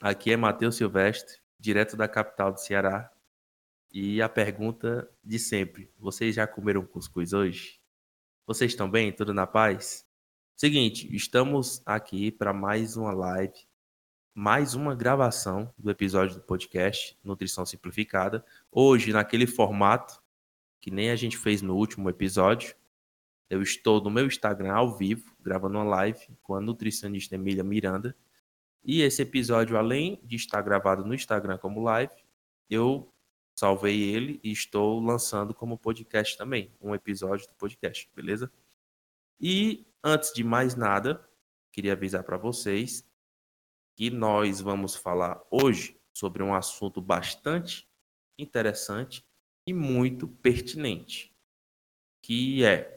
Aqui é Matheus Silvestre, direto da capital do Ceará. E a pergunta de sempre: vocês já comeram cuscuz hoje? Vocês estão bem? Tudo na paz? Seguinte, estamos aqui para mais uma live, mais uma gravação do episódio do podcast Nutrição Simplificada. Hoje, naquele formato que nem a gente fez no último episódio, eu estou no meu Instagram ao vivo, gravando uma live com a nutricionista Emília Miranda. E esse episódio, além de estar gravado no Instagram como live, eu salvei ele e estou lançando como podcast também, um episódio do podcast, beleza? E antes de mais nada, queria avisar para vocês que nós vamos falar hoje sobre um assunto bastante interessante e muito pertinente, que é...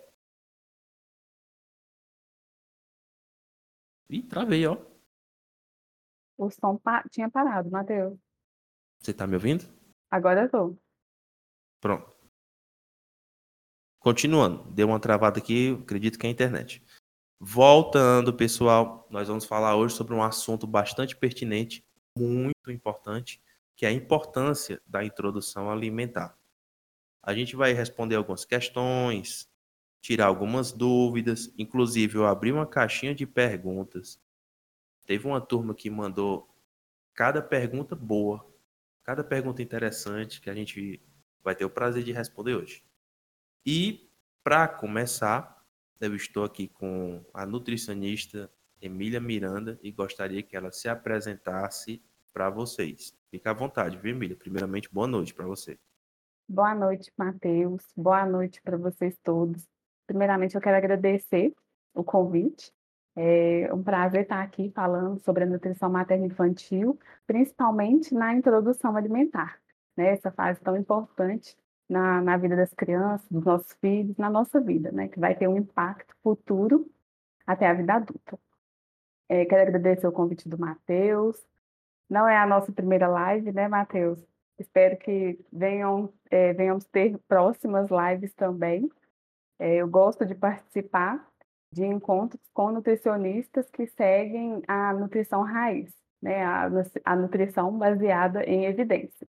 Ih, travei, ó. O som tinha parado, Matheus. Você tá me ouvindo? Agora eu tô. Pronto. Continuando, deu uma travada aqui, acredito que é a internet. Voltando, pessoal, nós vamos falar hoje sobre um assunto bastante pertinente, muito importante, que é a importância da introdução alimentar. A gente vai responder algumas questões, tirar algumas dúvidas, inclusive eu abri uma caixinha de perguntas. Teve uma turma que mandou cada pergunta boa, cada pergunta interessante que a gente vai ter o prazer de responder hoje. E, para começar, eu estou aqui com a nutricionista Emília Miranda e gostaria que ela se apresentasse para vocês. Fica à vontade, viu, Emília? Primeiramente, boa noite para você. Boa noite, Matheus. Boa noite para vocês todos. Primeiramente, eu quero agradecer o convite. É um prazer estar aqui falando sobre a nutrição materno-infantil, principalmente na introdução alimentar, né? Essa fase tão importante na vida das crianças, dos nossos filhos, na nossa vida, né? Que vai ter um impacto futuro até a vida adulta. Quero agradecer o convite do Matheus. Não é a nossa primeira live, né, Matheus? Espero que venhamos ter próximas lives também. Eu gosto de participar de encontros com nutricionistas que seguem a nutrição raiz, né, a nutrição baseada em evidência.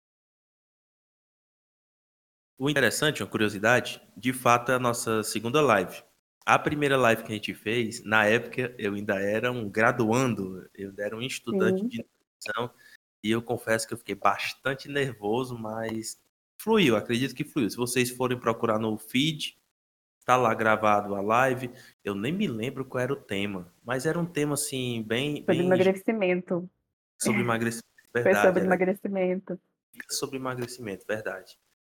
O interessante, uma curiosidade, de fato é a nossa segunda live. A primeira live que a gente fez, na época eu ainda era um graduando, eu ainda era um estudante Sim, de nutrição. E eu confesso que eu fiquei bastante nervoso, mas fluiu, acredito que fluiu. Se vocês forem procurar no feed, tá lá gravado a live. Eu nem me lembro qual era o tema, mas era um tema assim, bem, sobre bem emagrecimento. sobre emagrecimento, Foi verdade, sobre era emagrecimento. sobre emagrecimento, verdade.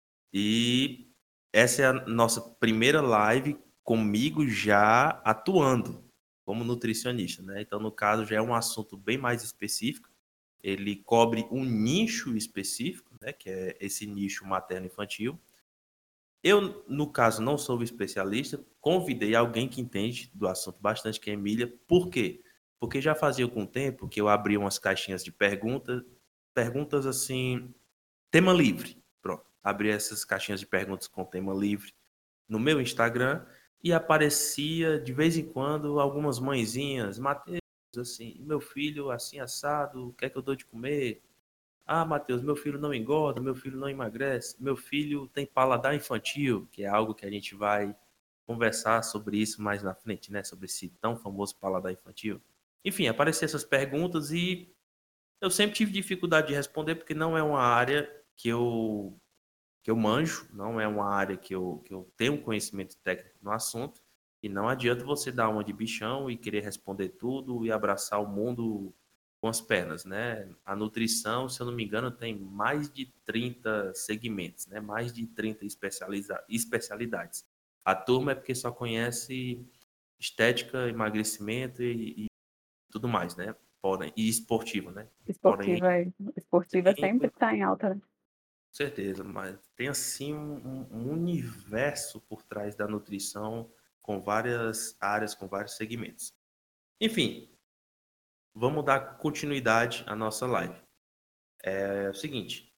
E essa é a nossa primeira live comigo já atuando como nutricionista, né? Então, no caso, já é um assunto bem mais específico. Ele cobre um nicho específico, né? Que é esse nicho materno-infantil. Eu, no caso, não sou especialista, convidei alguém que entende do assunto bastante, que é a Emília. Por quê? Porque já fazia algum tempo que eu abri umas caixinhas de perguntas, perguntas assim, tema livre. Pronto. Abri essas caixinhas de perguntas com tema livre no meu Instagram e aparecia de vez em quando algumas mãezinhas, Matheus, assim, meu filho assim assado, o que é que eu dou de comer? Ah, Matheus, meu filho não engorda, meu filho não emagrece, meu filho tem paladar infantil, que é algo que a gente vai conversar sobre isso mais na frente, né? Sobre esse tão famoso paladar infantil. Enfim, apareciam essas perguntas e eu sempre tive dificuldade de responder porque não é uma área que eu manjo, não é uma área que eu tenho conhecimento técnico no assunto, e não adianta você dar uma de bichão e querer responder tudo e abraçar o mundo com as pernas, né? A nutrição, se eu não me engano, tem mais de 30 segmentos, né? Mais de 30 especialidades. A turma é porque só conhece estética, emagrecimento e tudo mais, né? Porém, e esportivo, né? Porém, Esportiva tem sempre está em alta, né? certeza, mas tem assim um universo por trás da nutrição com várias áreas, com vários segmentos. Enfim, vamos dar continuidade à nossa live. É o seguinte,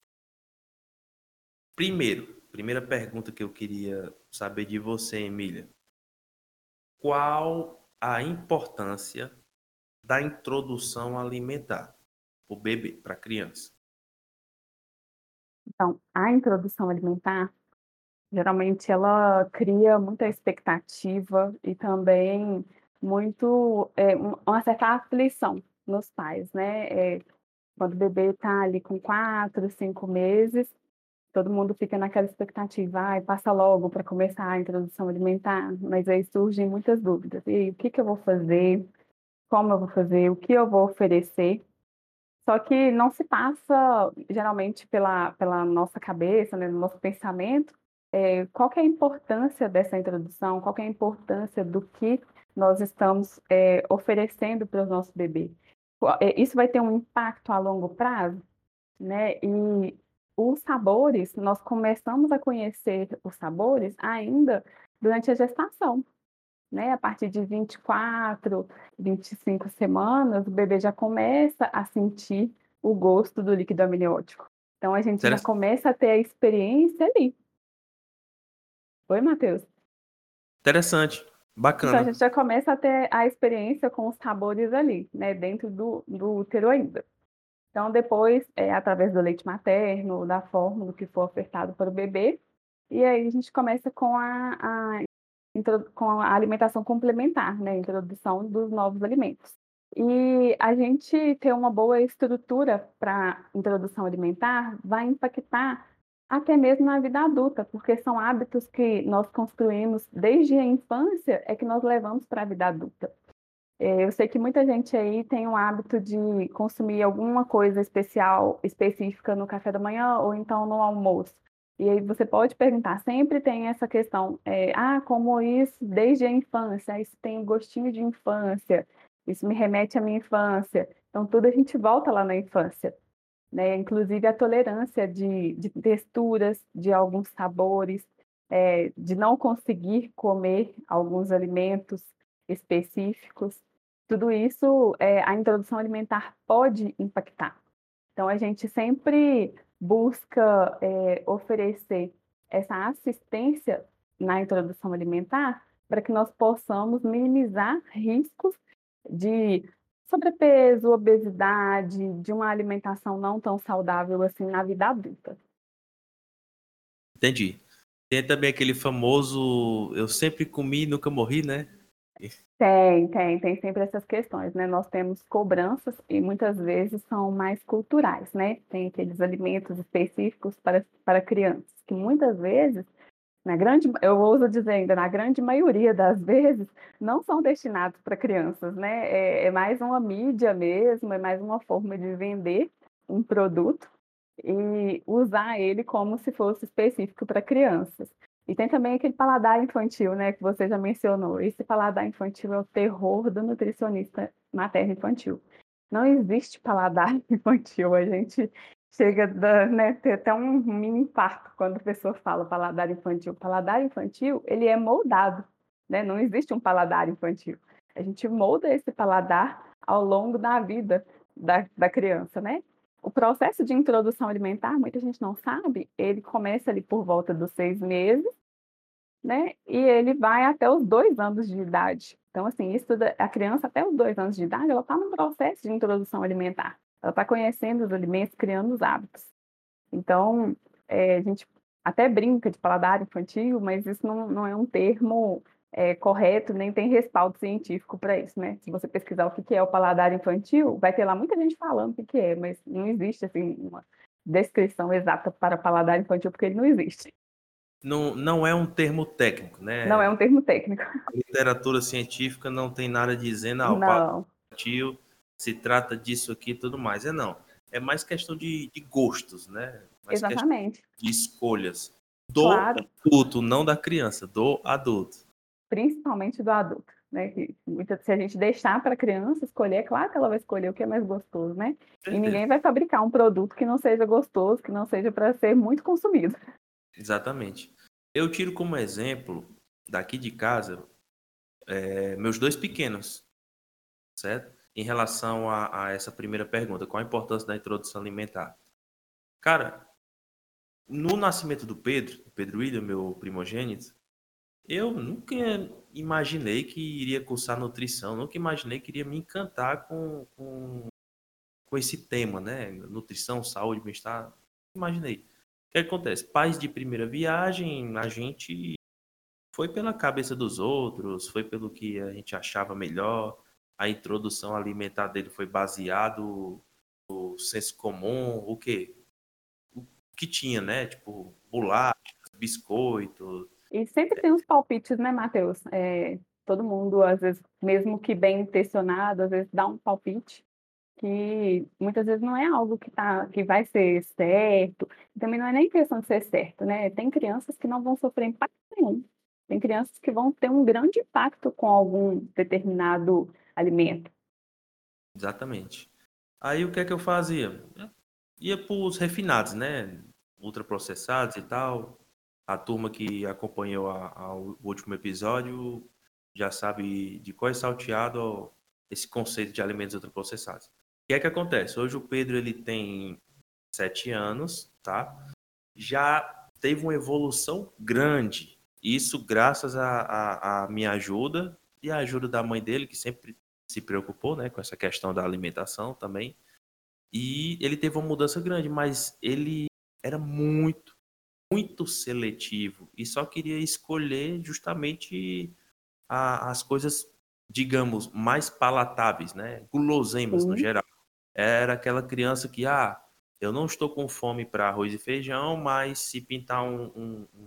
primeira pergunta que eu queria saber de você, Emília. Qual a importância da introdução alimentar? o bebê, para a criança? Então, a introdução alimentar, geralmente ela cria muita expectativa e também uma certa aflição nos pais, né? Quando o bebê está ali com 4, 5 meses, todo mundo fica naquela expectativa, ai, passa logo para começar a introdução alimentar, mas aí surgem muitas dúvidas. E aí, o que que eu vou fazer? Como eu vou fazer? O que eu vou oferecer? Só que não se passa, geralmente, pela nossa cabeça, né, no nosso pensamento, qual que é a importância dessa introdução, qual que é a importância do que nós estamos, oferecendo para o nosso bebê. Isso vai ter um impacto a longo prazo, né? E os sabores, nós começamos a conhecer os sabores ainda durante a gestação, né? A partir de 24, 25 semanas, o bebê já começa a sentir o gosto do líquido amniótico. Então a gente já Interessante. começa a ter a experiência ali. Oi, Matheus. Interessante. Então a Bacana. gente já começa a ter a experiência com os sabores ali, né? Dentro do útero ainda. Então, depois, através do leite materno, da fórmula que for ofertado para o bebê, e aí a gente começa com a alimentação complementar, né? A introdução dos novos alimentos. E a gente ter uma boa estrutura para introdução alimentar vai impactar até mesmo na vida adulta, porque são hábitos que nós construímos desde a infância, é que nós levamos para a vida adulta. Eu sei que muita gente aí tem o hábito de consumir alguma coisa específica no café da manhã ou então no almoço. E aí você pode perguntar, sempre tem essa questão, como isso desde a infância, isso tem um gostinho de infância, isso me remete à minha infância. Então tudo a gente volta lá na infância, né? Inclusive a tolerância de texturas, de alguns sabores, de não conseguir comer alguns alimentos específicos. Tudo isso, a introdução alimentar pode impactar. Então, a gente sempre busca oferecer essa assistência na introdução alimentar para que nós possamos minimizar riscos de sobrepeso, obesidade, de uma alimentação não tão saudável assim na vida adulta. Entendi. Tem também aquele famoso eu sempre comi e nunca morri, né? Tem sempre essas questões, né? Nós temos cobranças e muitas vezes são mais culturais, né? Tem aqueles alimentos específicos para crianças, que muitas vezes, eu ouso dizer ainda, na grande maioria das vezes, não são destinados para crianças, né? É mais uma mídia mesmo, é mais uma forma de vender um produto e usar ele como se fosse específico para crianças. E tem também aquele paladar infantil, né, que você já mencionou. Esse paladar infantil é o terror do nutricionista materno-infantil. Não existe paladar infantil. A gente chega a ter até um mini infarto quando a pessoa fala paladar infantil. Paladar infantil, ele é moldado, né? Não existe um paladar infantil. A gente molda esse paladar ao longo da vida da criança, né? O processo de introdução alimentar, muita gente não sabe, ele começa ali por volta dos 6 meses, né? E ele vai até os 2 anos de idade. Então, assim, a criança até os 2 anos de idade, ela está num processo de introdução alimentar. Ela está conhecendo os alimentos, criando os hábitos. Então, a gente até brinca de paladar infantil, mas isso não é um termo correto, nem tem respaldo científico para isso, né? Se você pesquisar o que é o paladar infantil, vai ter lá muita gente falando o que é, mas não existe assim uma descrição exata para paladar infantil, porque ele não existe. Não, não é um termo técnico, Não é né? um termo técnico. A literatura científica não tem nada dizendo, o paladar Não, infantil se trata disso aqui e tudo mais. Não. É mais questão de gostos, né? Mais questão exatamente. de escolhas do Claro, adulto, não da criança, do adulto. principalmente do adulto, né? Se a gente deixar para a criança escolher, é claro que ela vai escolher o que é mais gostoso, né? Com E certeza. ninguém vai fabricar um produto que não seja gostoso, que não seja para ser muito consumido. Exatamente. Eu tiro como exemplo, daqui de casa, meus dois pequenos, certo? Em relação a essa primeira pergunta, qual a importância da introdução alimentar? Cara, no nascimento do Pedro William, meu primogênito, eu nunca imaginei que iria cursar nutrição, nunca imaginei que iria me encantar com com esse tema, né? Nutrição, saúde, bem-estar. Imaginei. O que acontece? Pais de primeira viagem, a gente foi pela cabeça dos outros, foi pelo que a gente achava melhor. A introdução alimentar dele foi baseado no senso comum, o quê? O que tinha, né? Tipo, bolacha, biscoito. E sempre tem os palpites, né, Matheus? Todo mundo, às vezes, mesmo que bem intencionado, às vezes dá um palpite que muitas vezes não é algo que vai ser certo, também não é nem questão de ser certo, né? Tem crianças que não vão sofrer impacto nenhum. Tem crianças que vão ter um grande impacto com algum determinado alimento. Exatamente. Aí o que é que eu fazia? Ia para os refinados, né? Ultraprocessados e tal. A turma que acompanhou o último episódio já sabe de qual é salteado esse conceito de alimentos ultraprocessados. O que é que acontece? Hoje o Pedro ele tem 7 anos, tá? Já teve uma evolução grande. Isso graças à minha ajuda e à ajuda da mãe dele, que sempre se preocupou, né, com essa questão da alimentação também. E ele teve uma mudança grande, mas ele era muito seletivo e só queria escolher justamente as coisas, digamos, mais palatáveis, né? Guloseimas no Sim, geral. Era aquela criança que, eu não estou com fome para arroz e feijão, mas se pintar um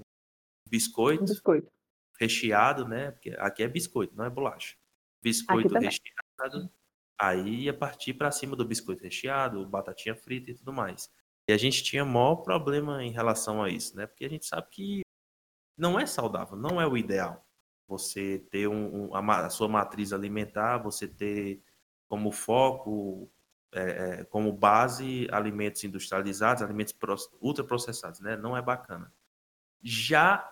um biscoito biscoito. recheado, né? Porque aqui é biscoito, não é bolacha. Aqui Biscoito também. recheado, aí ia partir para cima do biscoito recheado, batatinha frita e tudo mais. E a gente tinha maior problema em relação a isso, né? Porque a gente sabe que não é saudável, não é o ideal. Você ter a sua matriz alimentar, você ter como foco, como base, alimentos industrializados, alimentos ultraprocessados, né? Não é bacana. Já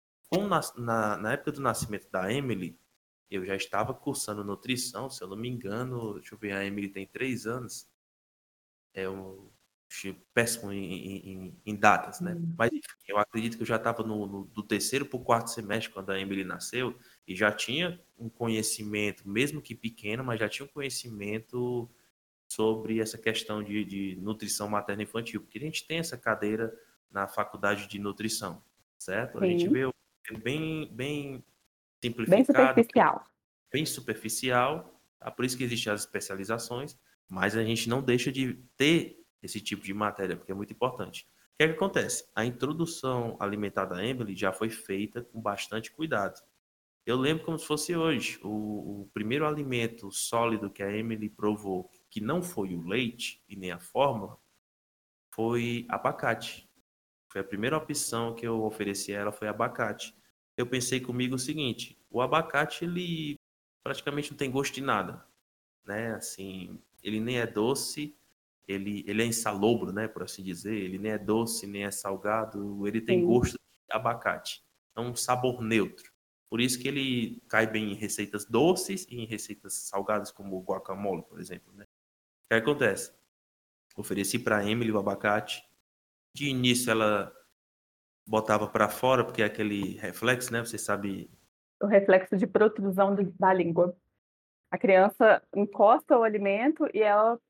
na época do nascimento da Emily, eu já estava cursando nutrição, se eu não me engano, deixa eu ver, a Emily tem 3 anos, é um péssimo em datas, né? Hum. Mas enfim, eu acredito que eu já estava do terceiro para o quarto semestre quando a Emily nasceu e já tinha um conhecimento, mesmo que pequeno, mas já tinha um conhecimento sobre essa questão de nutrição materna infantil, porque a gente tem essa cadeira na faculdade de nutrição, certo? A gente Sim, vê bem bem simplificado, superficial. bem superficial, tá? Por isso que existem as especializações, mas a gente não deixa de ter esse tipo de matéria, porque é muito importante. O que é que acontece? A introdução alimentar da Emily já foi feita com bastante cuidado. Eu lembro como se fosse hoje. O primeiro alimento sólido que a Emily provou, que não foi o leite e nem a fórmula, foi abacate. Foi a primeira opção que eu ofereci a ela, foi abacate. Eu pensei comigo o seguinte: o abacate ele praticamente não tem gosto de nada, né? Assim, ele nem é doce, ele é insalobro, né? Por assim dizer. Ele nem é doce, nem é salgado. Ele tem Sim. gosto de abacate. É um sabor neutro. Por isso que ele cai bem em receitas doces e em receitas salgadas, como o guacamole, por exemplo, né? O que acontece? Ofereci para a Emily o abacate. De início ela botava para fora, porque é aquele reflexo, né? Você sabe. O reflexo de protrusão da língua. A criança encosta o alimento e ela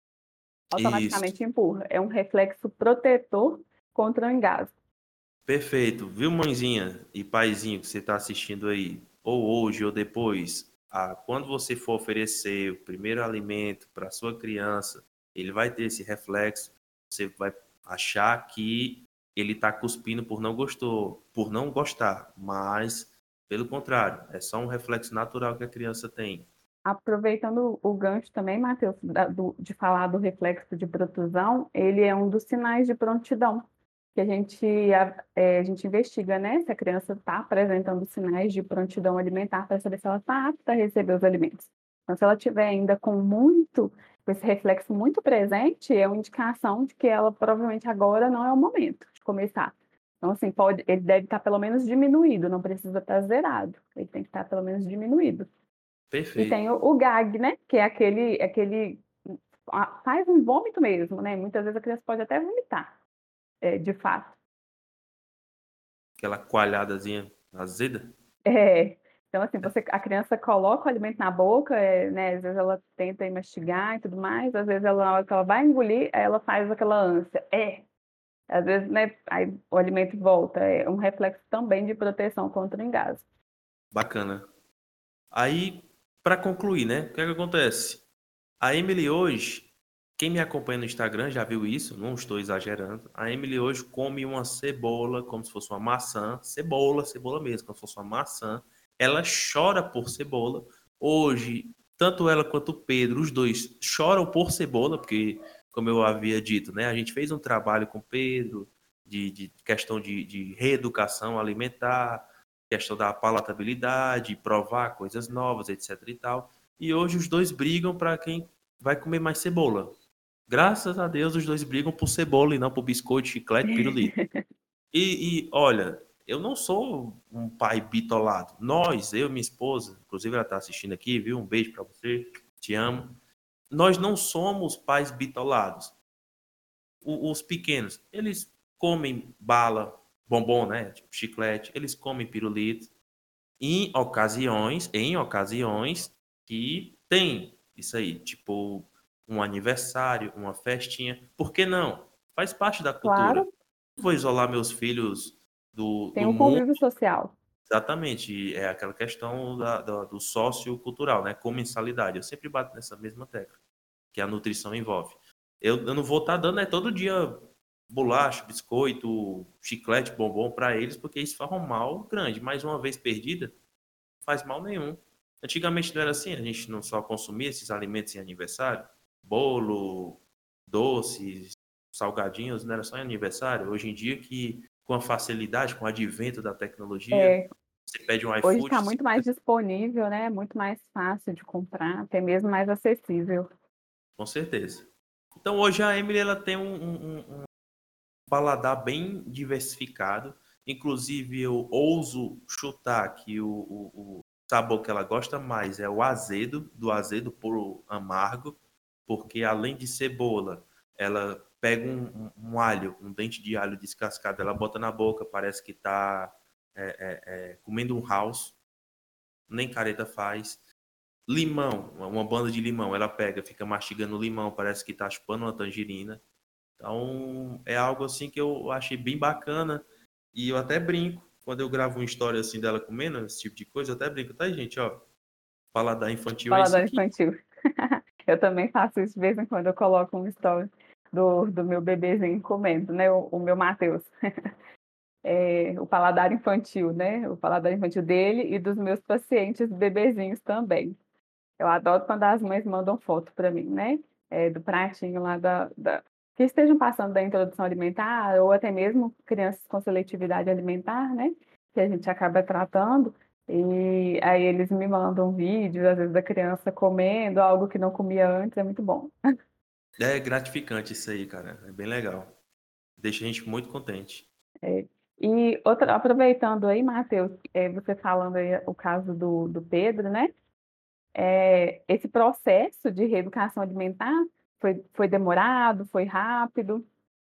Isso, automaticamente empurra. É um reflexo protetor contra o engasgo. perfeito. Viu, mãezinha e paizinho que você está assistindo aí, ou hoje ou depois, quando você for oferecer o primeiro alimento para sua criança, ele vai ter esse reflexo, você vai achar que ele está cuspindo por não gostar, mas pelo contrário, é só um reflexo natural que a criança tem. Aproveitando o gancho também, Matheus, de falar do reflexo de protrusão, ele é um dos sinais de prontidão que a gente investiga, né? Se a criança está apresentando sinais de prontidão alimentar para saber se ela está apta a receber os alimentos. Então, se ela tiver ainda com esse reflexo muito presente, é uma indicação de que ela provavelmente agora não é o momento de começar. Então, assim, ele deve estar pelo menos diminuído, não precisa estar zerado, ele tem que estar pelo menos diminuído. E tem Perfeito. o gag, né? Que é faz um vômito mesmo, né? Muitas vezes a criança pode até vomitar, de fato. Aquela coalhadazinha azeda. É, Então, assim, a criança coloca o alimento na boca, né, às vezes ela tenta ir mastigar e tudo mais, às vezes ela, na hora que ela vai engolir, aí ela faz aquela ânsia. Às vezes, né, aí o alimento volta. É um reflexo também de proteção contra o engasgo. Bacana. Aí, para concluir, né? O que é que acontece? A Emily hoje, quem me acompanha no Instagram já viu isso, não estou exagerando. A Emily hoje come uma cebola como se fosse uma maçã, cebola, cebola mesmo, como se fosse uma maçã. Ela chora por cebola. Hoje, tanto ela quanto o Pedro, os dois choram por cebola, porque, como eu havia dito, né, a gente fez um trabalho com o Pedro de questão de reeducação alimentar, questão da palatabilidade, provar coisas novas, etc e tal. E hoje os dois brigam para quem vai comer mais cebola. Graças a Deus os dois brigam por cebola e não por biscoito, chiclete, pirulito. Olha, eu não sou um pai bitolado. Nós, eu e minha esposa, inclusive ela está assistindo aqui, viu? Um beijo para você, te amo. Nós não somos pais bitolados. Os pequenos, eles comem bala, bombom, né? Tipo chiclete, eles comem pirulito. Em ocasiões que tem isso aí, tipo um aniversário, uma festinha. Por que não? Faz parte da cultura. Claro, Não vou isolar meus filhos do tem um mundo. convívio social. Exatamente, é aquela questão do sociocultural, né? Comensalidade. Eu sempre bato nessa mesma tecla, que a nutrição envolve. Eu não vou estar dando todo dia bolacha, biscoito, chiclete, bombom para eles, porque isso faz um mal grande. Mais uma vez perdida, faz mal nenhum. Antigamente não era assim, a gente não só consumia esses alimentos em aniversário, bolo, doces, salgadinhos, não era só em aniversário. Hoje em dia que com a facilidade, com o advento da tecnologia, É, você pede um hoje iFood, está muito mais disponível, né? Muito mais fácil de comprar, até mesmo mais acessível. com certeza. Então hoje a Emily ela tem um paladar bem diversificado. Inclusive eu ouso chutar que o sabor que ela gosta mais é o azedo, do azedo pro amargo, porque além de cebola, ela pega um alho, um dente de alho descascado, ela bota na boca, parece que está comendo um house, nem careta faz. Limão, uma banda de limão, ela pega, fica mastigando limão, parece que está chupando uma tangerina. Então, é algo assim que eu achei bem bacana. E eu até brinco, quando eu gravo uma história assim dela comendo esse tipo de coisa, eu até brinco, tá, gente, ó, paladar infantil é isso Paladar aqui. infantil. Eu também faço isso de vez em quando, eu coloco um story do meu bebezinho comendo, né? O meu Matheus. O paladar infantil, né? O paladar infantil dele e dos meus pacientes bebezinhos também. Eu adoro quando as mães mandam foto para mim, né? Do pratinho lá que estejam passando da introdução alimentar, ou até mesmo crianças com seletividade alimentar, né? Que a gente acaba tratando. E aí eles me mandam vídeos, às vezes, da criança comendo algo que não comia antes, é muito bom. É gratificante isso aí, cara. É bem legal. Deixa a gente muito contente. É. E aproveitando aí, Matheus, você falando aí o caso do Pedro, né? Esse processo de reeducação alimentar foi demorado, foi rápido?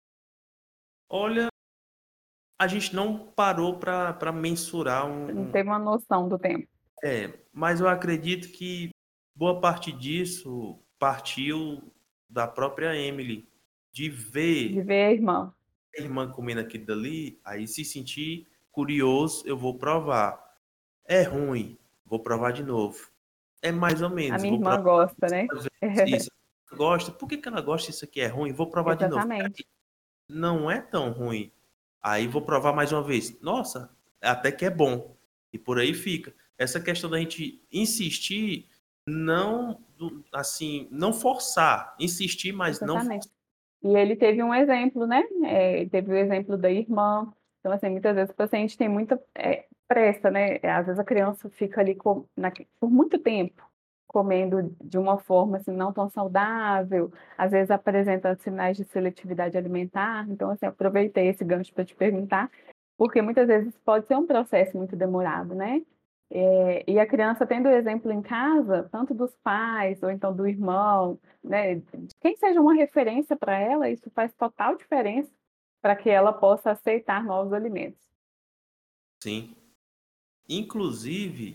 Olha, a gente não parou para mensurar Você não teve uma noção do tempo mas eu acredito que boa parte disso partiu da própria Emily, de de ver ver a irmã. a irmã comendo aquilo dali, aí se sentir curioso, eu vou provar. É ruim, vou provar de novo. É mais ou A menos, minha vou irmã provar gosta, né? isso. Gosta, por que que ela gosta disso aqui? É ruim, vou provar de novo. Exatamente, Não é tão ruim. Aí vou provar mais uma vez. Nossa, até que é bom. E por aí fica. Essa questão da gente insistir, não assim, não forçar, insistir, mas não exatamente. forçar. E ele teve um exemplo, né? Ele teve o exemplo da irmã. Então, assim, muitas vezes o paciente tem muita pressa, né? Às vezes a criança fica ali por muito tempo comendo de uma forma assim, não tão saudável, às vezes apresentando sinais de seletividade alimentar. Então, assim, aproveitei esse gancho para te perguntar, porque muitas vezes pode ser um processo muito demorado, né? E a criança tendo o exemplo em casa, tanto dos pais ou então do irmão, né, de quem seja uma referência para ela, isso faz total diferença para que ela possa aceitar novos alimentos. Sim. Inclusive,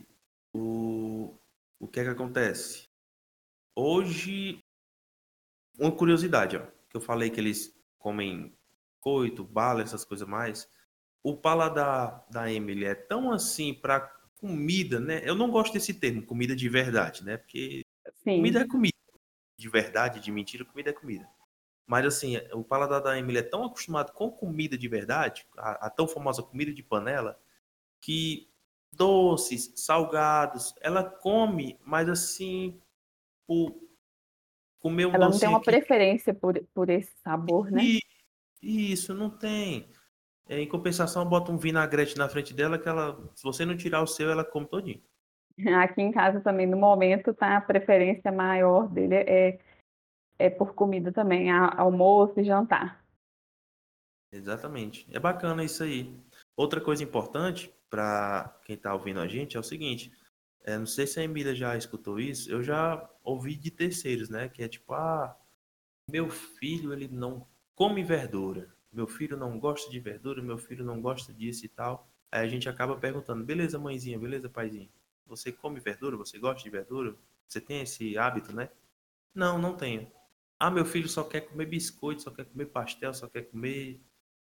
O, o que é que acontece? Hoje, uma curiosidade, ó, que eu falei que eles comem coito, bala, essas coisas mais. O paladar da Emily é tão assim para comida, né? Eu não gosto desse termo, comida de verdade, né? Porque comida Sim, é comida, de verdade, de mentira, comida é comida. Mas assim, o paladar da Emily é tão acostumado com comida de verdade, a tão famosa comida de panela, que doces, salgados, ela come, mas assim, por comer um ela não tem docinho uma aqui, preferência por esse sabor, né? e isso não tem. Em compensação, bota um vinagrete na frente dela que ela, se você não tirar o seu, ela come todinho. Aqui em casa também, no momento, tá, a preferência maior dele é por comida também, almoço e jantar. Exatamente. É bacana isso aí. Outra coisa importante para quem está ouvindo a gente é o seguinte: não sei se a Emília já escutou isso, eu já ouvi de terceiros, né? Que é tipo, meu filho ele não come verdura, meu filho não gosta de verdura, meu filho não gosta disso e tal. Aí a gente acaba perguntando, beleza, mãezinha, beleza, paizinho? Você come verdura? Você gosta de verdura? Você tem esse hábito, né? Não, não tenho. Meu filho só quer comer biscoito, só quer comer pastel, só quer comer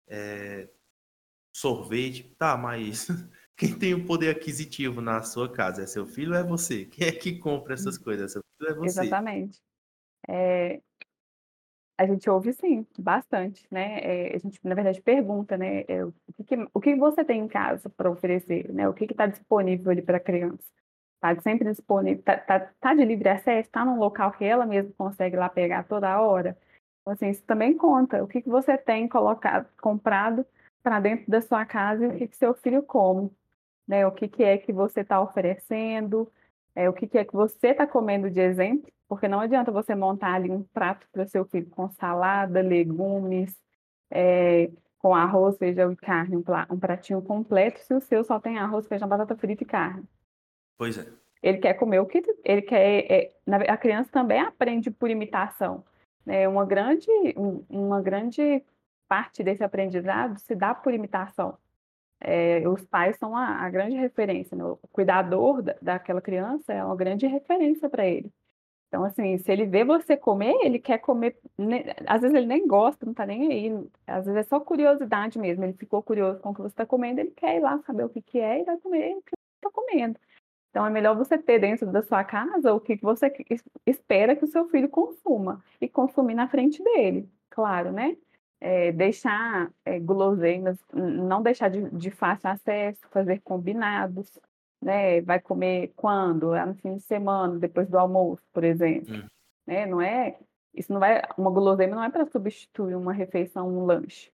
sorvete. Tá, mas quem tem o poder aquisitivo na sua casa? É seu filho ou é você? Quem é que compra essas coisas? É seu filho ou é você? Exatamente. É, a gente ouve sim, bastante, né? A gente, na verdade, pergunta, né? O que você tem em casa para oferecer, né? O que está disponível ali para a criança? Está sempre disponível, tá de livre acesso, está num local que ela mesma consegue lá pegar toda hora. Então, assim, isso também conta. O que que você tem colocado, comprado para dentro da sua casa e o que que seu filho come, né? O que que é que você está oferecendo, o que que é que você está comendo de exemplo, porque não adianta você montar ali um prato para seu filho com salada, legumes, com arroz, feijão e carne, um pratinho completo, se o seu só tem arroz, feijão, batata frita e carne. Pois é, Ele quer comer o que ele quer. A criança também aprende por imitação, né? Uma grande parte desse aprendizado se dá por imitação. Os pais são a grande referência, né? O cuidador daquela criança é uma grande referência para ele. Então, assim, se ele vê você comer, ele quer comer. Às vezes ele nem gosta, não está nem aí. Às vezes é só curiosidade mesmo. Ele ficou curioso com o que você está comendo, ele quer ir lá saber o que que é e vai comer o que você está comendo. Então, é melhor você ter dentro da sua casa o que que você espera que o seu filho consuma e consumir na frente dele, claro, né? Deixar guloseimas, não deixar de fácil acesso, fazer combinados, né? Vai comer quando? No fim de semana, depois do almoço, por exemplo, hum, né? Não é, isso não vai, uma guloseima não é para substituir uma refeição, um lanche,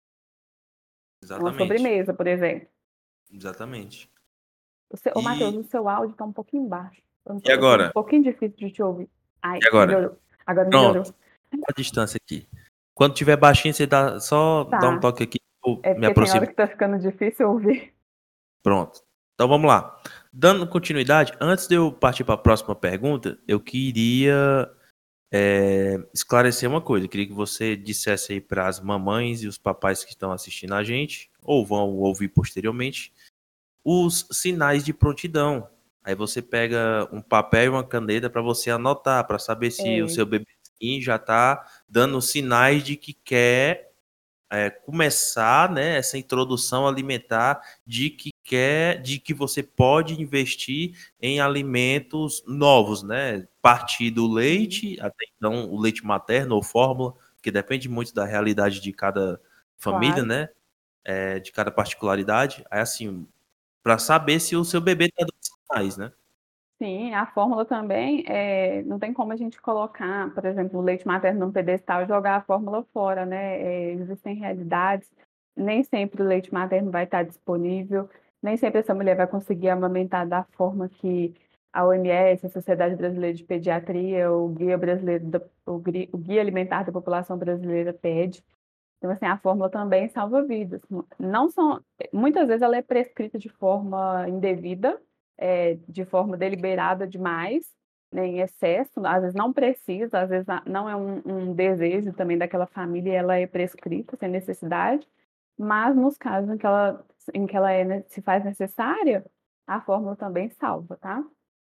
uma exatamente, sobremesa, por exemplo. exatamente. Ô, Matheus, E, o seu áudio está um pouquinho baixo. e Eu tô um agora? pouquinho difícil de te ouvir. E Ai, agora? melhorou. Agora Pronto, melhorou. a distância aqui. Quando tiver baixinho, você só dá um Tá. toque aqui, eu É me porque tem hora aproximo. que tá ficando difícil ouvir. Pronto. Então vamos lá. Dando continuidade, antes de eu partir para a próxima pergunta, eu queria esclarecer uma coisa. Eu queria que você dissesse aí para as mamães e os papais que estão assistindo a gente, ou vão ouvir posteriormente, os sinais de prontidão. Aí você pega um papel e uma caneta para você anotar, para saber se o É, seu bebezinho já está dando sinais de que quer começar, né, essa introdução alimentar de que você pode investir em alimentos novos, né? Partir do uhum, leite, até então o leite materno ou fórmula, que depende muito da realidade de cada família, claro. né? De cada particularidade. Aí assim, para saber se o seu bebê está dando sinais, né? Sim, a fórmula também, não tem como a gente colocar, por exemplo, o leite materno num pedestal e jogar a fórmula fora, né? Existem realidades, nem sempre o leite materno vai estar disponível, nem sempre essa mulher vai conseguir amamentar da forma que a OMS, a Sociedade Brasileira de Pediatria, o Guia Brasileiro, o Guia Alimentar da População Brasileira pede. Então, assim, a fórmula também salva vidas. Não são, muitas vezes ela é prescrita de forma indevida, de forma deliberada demais, né, em excesso, às vezes não precisa, às vezes não é um desejo também daquela família e ela é prescrita sem necessidade, mas nos casos em que ela se faz necessária, a fórmula também salva, tá?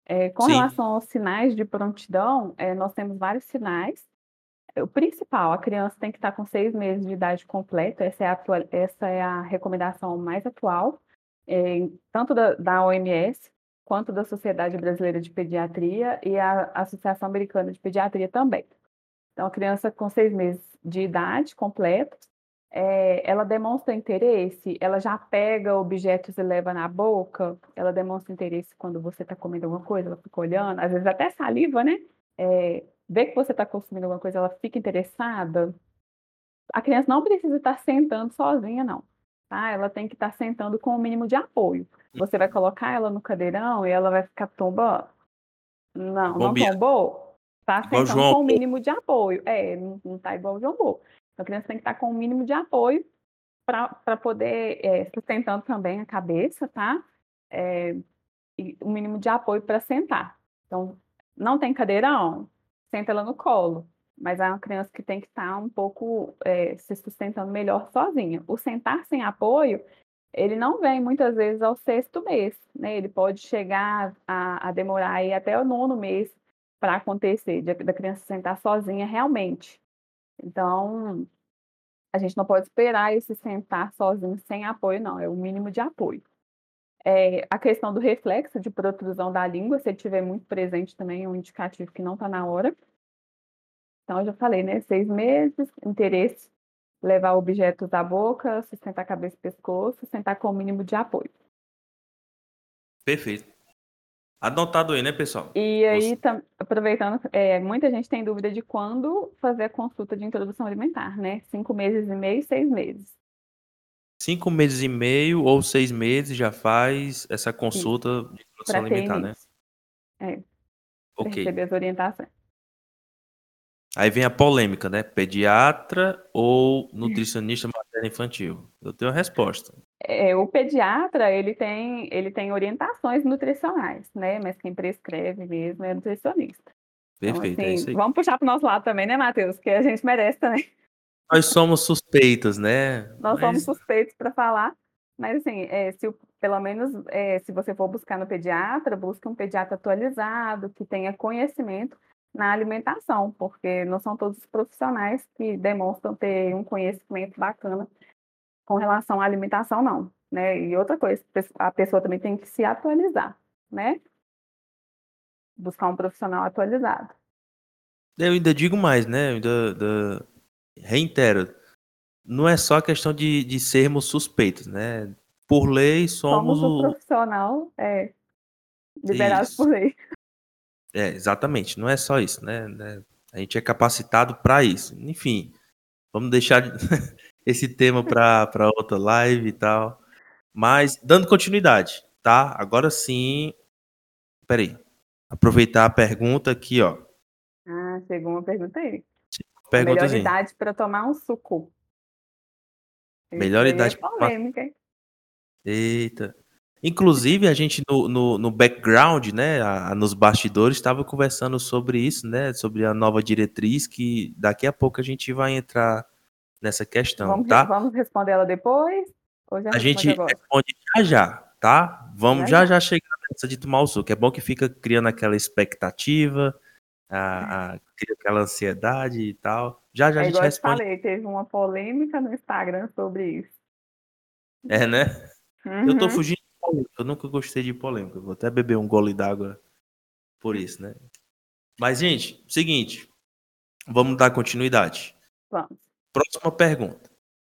Com Sim, relação aos sinais de prontidão, nós temos vários sinais. O principal, a criança tem que estar com 6 meses de idade completa, essa é a recomendação mais atual, tanto da OMS, quanto da Sociedade Brasileira de Pediatria e a Associação Americana de Pediatria também. Então, a criança com 6 meses de idade completa, ela demonstra interesse, ela já pega objetos e leva na boca, ela demonstra interesse quando você está comendo alguma coisa, ela fica olhando, às vezes até saliva, né? Vê que você está consumindo alguma coisa, ela fica interessada. A criança não precisa estar sentando sozinha, não. Tá? Ela tem que estar sentando com o mínimo de apoio. Você vai colocar ela no cadeirão e ela vai ficar tombando? Não, não bombinha, tombou? Está igual sentando João. com o mínimo de apoio. Não está igual o João Bo. Então, a criança tem que estar com o mínimo de apoio para poder, sustentando também a cabeça, tá? É, e o mínimo de apoio para sentar. Então, não tem cadeirão? Senta ela no colo. Mas é uma criança que tem que estar um pouco se sustentando melhor sozinha. O sentar sem apoio, ele não vem muitas vezes ao 6º mês, né? Ele pode chegar a demorar aí até o 9º mês para acontecer, da criança sentar sozinha realmente. Então, a gente não pode esperar esse sentar sozinho sem apoio, não. É o mínimo de apoio. A questão do reflexo de protrusão da língua, se ele estiver muito presente também, é um indicativo que não está na hora. Então, eu já falei, né? 6 meses, interesse, levar objetos à boca, sustentar a cabeça e pescoço, sentar com o mínimo de apoio. Perfeito. Anotado aí, né, pessoal? E aí, Você... aproveitando, muita gente tem dúvida de quando fazer a consulta de introdução alimentar, né? 5 meses e meio, 6 meses. 5 meses e meio ou 6 meses já faz essa Isso, consulta de produção para ter alimentar, né? início. Para Ok. receber as orientações. Aí vem a polêmica, né? Pediatra ou nutricionista materno-infantil? Eu tenho a resposta. O pediatra, ele tem orientações nutricionais, né? Mas quem prescreve mesmo é nutricionista. Então, Perfeito, é assim, isso aí. vamos puxar para o nosso lado também, né, Matheus? Que a gente merece também. Nós somos suspeitos, né? Nós somos Mas suspeitos para falar, mas, assim, pelo menos, se você for buscar no pediatra, busque um pediatra atualizado, que tenha conhecimento na alimentação, porque não são todos os profissionais que demonstram ter um conhecimento bacana com relação à alimentação, não, né? E outra coisa, a pessoa também tem que se atualizar, né? Buscar um profissional atualizado. eu ainda digo mais, né? Eu reitero, não é só questão de sermos suspeitos, né? Por lei, Somos somos o o. profissional liberado Isso. por lei. Exatamente. Não é só isso, né? A gente é capacitado para isso. Enfim, vamos deixar esse tema para outra live e tal. Mas, dando continuidade, tá? Agora sim. Peraí. Aproveitar a pergunta aqui, ó. Ah, chegou uma pergunta aí. A melhor Perguntazinha. idade para tomar um suco? Isso Melhor aí é idade para tomar. polêmica, hein? Eita. Inclusive, a gente no background, né, nos bastidores, estava conversando sobre isso, né, sobre a nova diretriz, que daqui a pouco a gente vai entrar nessa questão, tá? Vamos responder ela depois? Ou já A responde gente agora? responde já já, tá? Vamos Já, já já. já chegar nessa de tomar o suco. É bom que fica criando aquela expectativa, cria aquela ansiedade e tal. Já já a É gente igual eu te responde. falei, teve uma polêmica no Instagram sobre isso. É, né? Eu tô Uhum. fugindo de polêmica, eu nunca gostei de polêmica. Eu vou até beber um gole d'água por isso, né? Mas, gente, seguinte, vamos dar continuidade. Vamos. Próxima pergunta.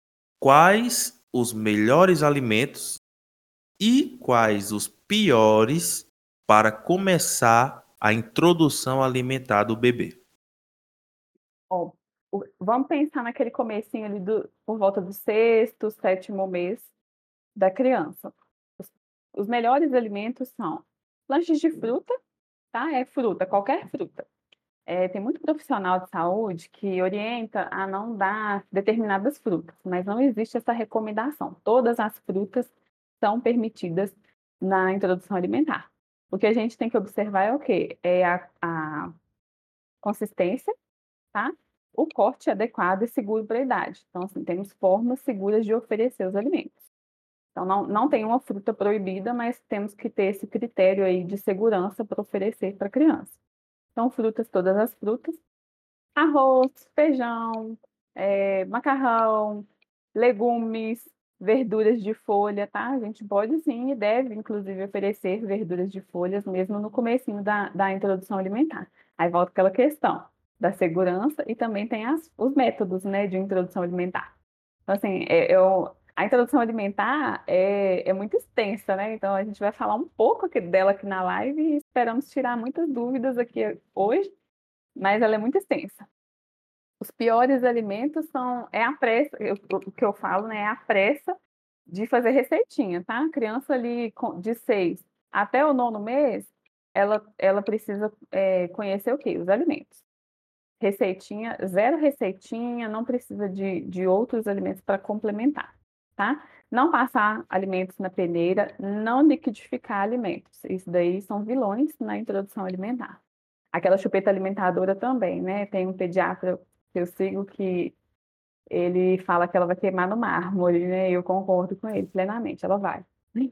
Quais os melhores alimentos e quais os piores para começar a introdução alimentar do bebê? Ó, vamos pensar naquele comecinho ali por volta do 6º, 7º mês da criança. Os melhores alimentos são lanches de fruta, tá? É fruta, qualquer fruta. Tem muito profissional de saúde que orienta a não dar determinadas frutas, mas não existe essa recomendação. Todas as frutas são permitidas na introdução alimentar. O que a gente tem que observar é o quê? É a consistência, tá? O corte adequado e seguro para a idade. Então, assim, temos formas seguras de oferecer os alimentos. Então, não tem uma fruta proibida, mas temos que ter esse critério aí de segurança para oferecer para a criança. Então, frutas, todas as frutas, arroz, feijão, macarrão, legumes, verduras de folha, tá? A gente pode sim e deve, inclusive, oferecer verduras de folhas mesmo no comecinho da introdução alimentar. Aí volta aquela questão da segurança e também tem os métodos, né, de introdução alimentar. Então, assim, a introdução alimentar é muito extensa, né? Então, a gente vai falar um pouco dela aqui na live e esperamos tirar muitas dúvidas aqui hoje, mas ela é muito extensa. Os piores alimentos é a pressa, o que eu falo, né? É a pressa de fazer receitinha, tá? A criança ali de 6 até o 9º mês, ela precisa conhecer o quê? Os alimentos. Receitinha, zero receitinha, não precisa de outros alimentos para complementar, tá? Não passar alimentos na peneira, não liquidificar alimentos. Isso daí são vilões na introdução alimentar. Aquela chupeta alimentadora também, né? Tem um pediatra que eu sigo que ele fala que ela vai queimar no mármore, né? Eu concordo com ele plenamente, ela vai.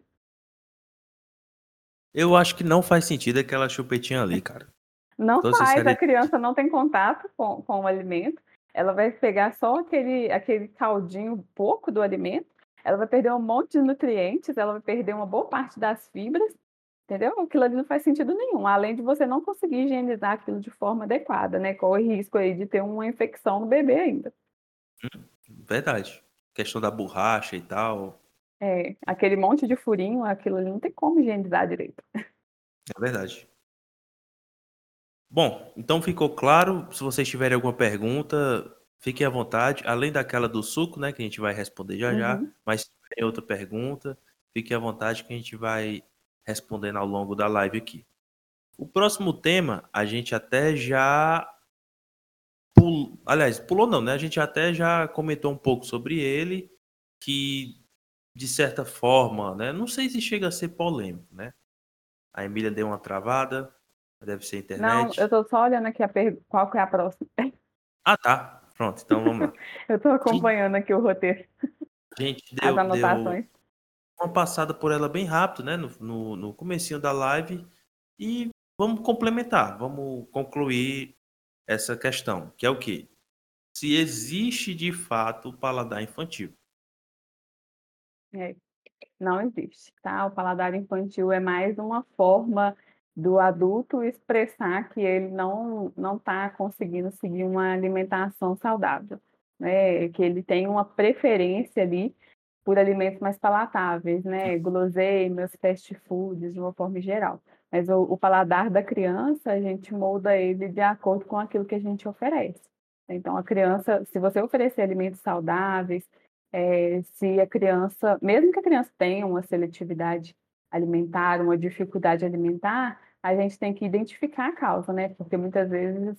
Eu acho que não faz sentido aquela chupetinha ali, cara. Não Toda faz, a sinceridade. criança não tem contato com o alimento, ela vai pegar só aquele caldinho pouco do alimento, ela vai perder um monte de nutrientes, ela vai perder uma boa parte das fibras, entendeu? Aquilo ali não faz sentido nenhum, além de você não conseguir higienizar aquilo de forma adequada, né? Corre risco aí de ter uma infecção no bebê ainda. Verdade. Questão da borracha e tal. Aquele monte de furinho, aquilo ali não tem como higienizar direito. É verdade. Bom, então ficou claro. Se vocês tiverem alguma pergunta, fiquem à vontade. Além daquela do suco, né, que a gente vai responder já já. Uhum, Mas se tiverem outra pergunta, fiquem à vontade que a gente vai respondendo ao longo da live aqui. O próximo tema, a gente até já pulou. Aliás, pulou não, né? A gente até já comentou um pouco sobre ele, que de certa forma, né? Não sei se chega a ser polêmico, né? A Emília deu uma travada, deve ser a não, eu internet. tô só olhando aqui qual que é a próxima. Ah, tá. Pronto, então vamos lá. Eu tô Que acompanhando aqui o roteiro, a gente as deu anotações. uma passada por ela bem rápido, né? No comecinho da live. E vamos complementar, vamos concluir essa questão, que é o quê? Se existe de fato o paladar infantil. É, não existe, tá? O paladar infantil é mais uma forma do adulto expressar que ele não está conseguindo seguir uma alimentação saudável, né? Que ele tem uma preferência ali por alimentos mais palatáveis, né? Guloseimas, fast foods, de uma forma geral. Mas o paladar da criança, a gente molda ele de acordo com aquilo que a gente oferece. Então, a criança, se você oferecer alimentos saudáveis, se a criança, mesmo que a criança tenha uma seletividade alimentar, uma dificuldade alimentar, a gente tem que identificar a causa, né? Porque muitas vezes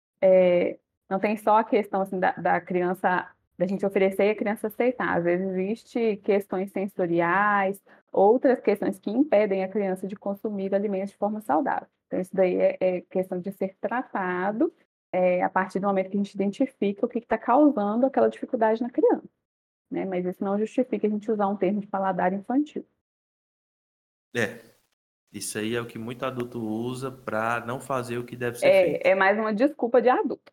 não tem só a questão assim, da criança, da gente oferecer e a criança aceitar. Às vezes existe questões sensoriais, outras questões que impedem a criança de consumir alimentos de forma saudável. Então, isso daí é questão de ser tratado a partir do momento que a gente identifica o que está causando aquela dificuldade na criança, né? Mas isso não justifica a gente usar um termo de paladar infantil. É, isso aí é o que muito adulto usa para não fazer o que deve ser feito. É mais uma desculpa de adulto.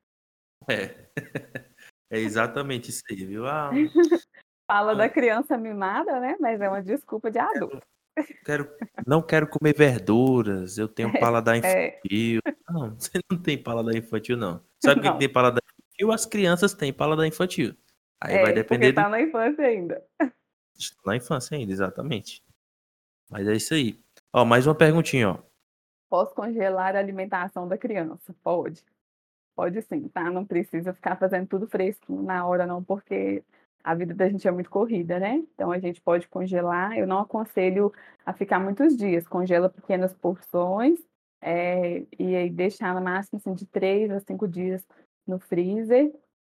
É, é exatamente isso aí, viu? Ah, Fala da não criança mimada, né? Mas é uma desculpa de adulto. quero, não quero comer verduras, eu tenho paladar É, infantil. Não, você não tem paladar infantil, não. Sabe o que que não, tem paladar infantil? As crianças têm paladar infantil. Aí vai porque depender do está na infância ainda. na infância ainda, exatamente. Mas é isso aí. Ó, mais uma perguntinha, ó. Posso congelar a alimentação da criança? Pode. Pode sim, tá? Não precisa ficar fazendo tudo fresquinho na hora, não, porque a vida da gente é muito corrida, né? Então a gente pode congelar. Eu não aconselho a ficar muitos dias. Congela pequenas porções, e aí deixar no máximo assim, de 3 a 5 dias no freezer.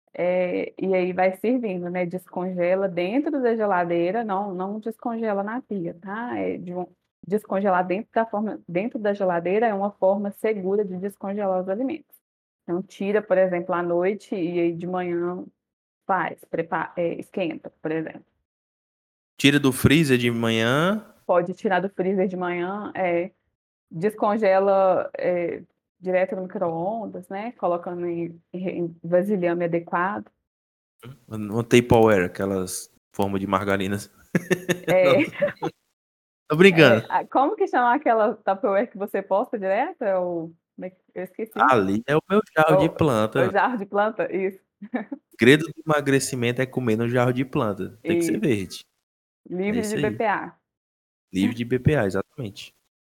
E aí vai servindo, né? Descongela dentro da geladeira, não descongela na pia, tá? Descongelar dentro da geladeira é uma forma segura de descongelar os alimentos. Então, tira, por exemplo, à noite e aí de manhã esquenta, por exemplo. Tira do freezer de manhã. Pode tirar do freezer de manhã, descongela direto no micro-ondas, né? Colocando em vasilhame adequado. Uma Tupperware, aquelas formas de margarinas. Não, É, tô brincando. como que chama aquela Tupperware que você posta direto? Eu esqueci. Ali é o meu jarro de O planta. jarro de planta? Isso, O segredo do emagrecimento é comer no jarro de planta. Tem que ser isso. verde. É Livre isso de aí. BPA. Livre de BPA, exatamente.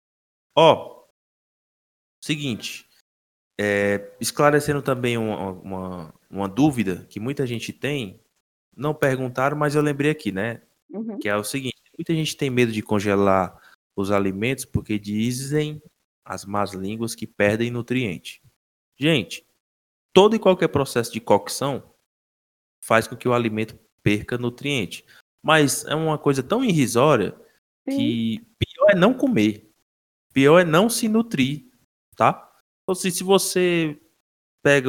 Ó, seguinte. Esclarecendo também uma dúvida que muita gente tem. Não perguntaram, mas eu lembrei aqui, né? Uhum. Que é o seguinte: muita gente tem medo de congelar os alimentos porque dizem as más línguas que perdem nutriente. Gente, todo e qualquer processo de cocção faz com que o alimento perca nutriente. Mas é uma coisa tão irrisória Sim, que pior é não comer, pior é não se nutrir, tá? Então, se você pega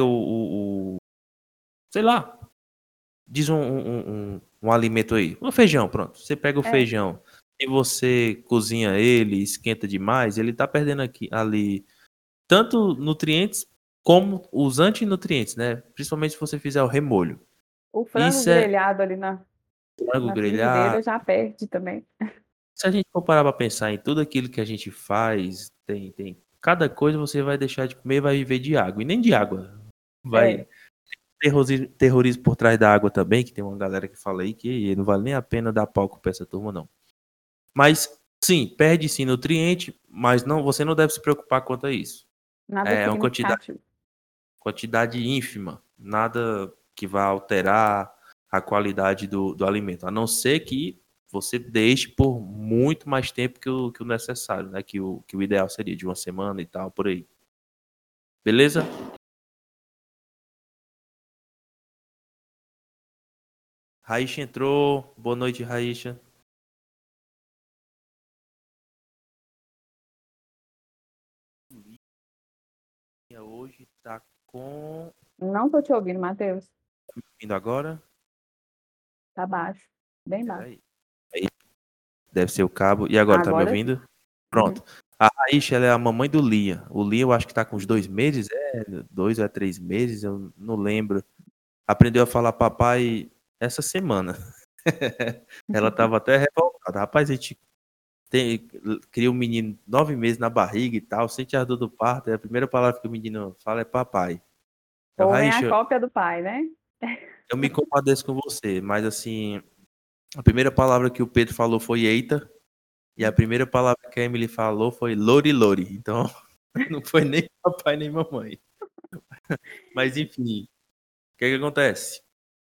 sei lá, diz um alimento aí, um feijão, pronto. Você pega o é. feijão e você cozinha ele, esquenta demais, ele tá perdendo ali tanto nutrientes como os antinutrientes, né? Principalmente se você fizer o remolho. O frango Isso é grelhado ali na, frango na grelhado. frigideira já perde também. Se a gente for parar pra pensar em tudo aquilo que a gente faz, tem cada coisa você vai deixar de comer, vai viver de água. E nem de água. Vai É, terrorismo por trás da água também, que tem uma galera que fala aí que não vale nem a pena dar palco pra essa turma, não. Mas, sim, perde sim nutriente, mas não, você não deve se preocupar quanto a isso. nada É uma significativo. quantidade ínfima, nada que vá alterar a qualidade do alimento, a não ser que você deixe por muito mais tempo que o necessário, né? Que o ideal seria de uma semana e tal, por aí. Beleza? Raícha entrou. Boa noite, Raícha. Hoje tá com. Não tô te ouvindo, Matheus. Vindo agora? Tá baixo, bem baixo. Peraí. Aí, deve ser o cabo. E agora, tá me Agora sim. ouvindo? Uhum. Pronto. A Raícha, ela é a mamãe do Lia. O Lia, eu acho que tá com uns 2 meses, 2 a 3 meses, eu não lembro. Aprendeu a falar papai essa semana. Ela tava até revoltada. Rapaz, a gente cria um menino 9 meses na barriga e tal, sente a dor do parto, e a primeira palavra que o menino fala é papai. Eu, Ou vem a Raícha, cópia do pai, né? eu me compadeço com você, mas assim, a primeira palavra que o Pedro falou foi eita, e a primeira palavra que a Emily falou foi lori lori. Então, não foi nem papai nem mamãe. Mas enfim, o que é que acontece?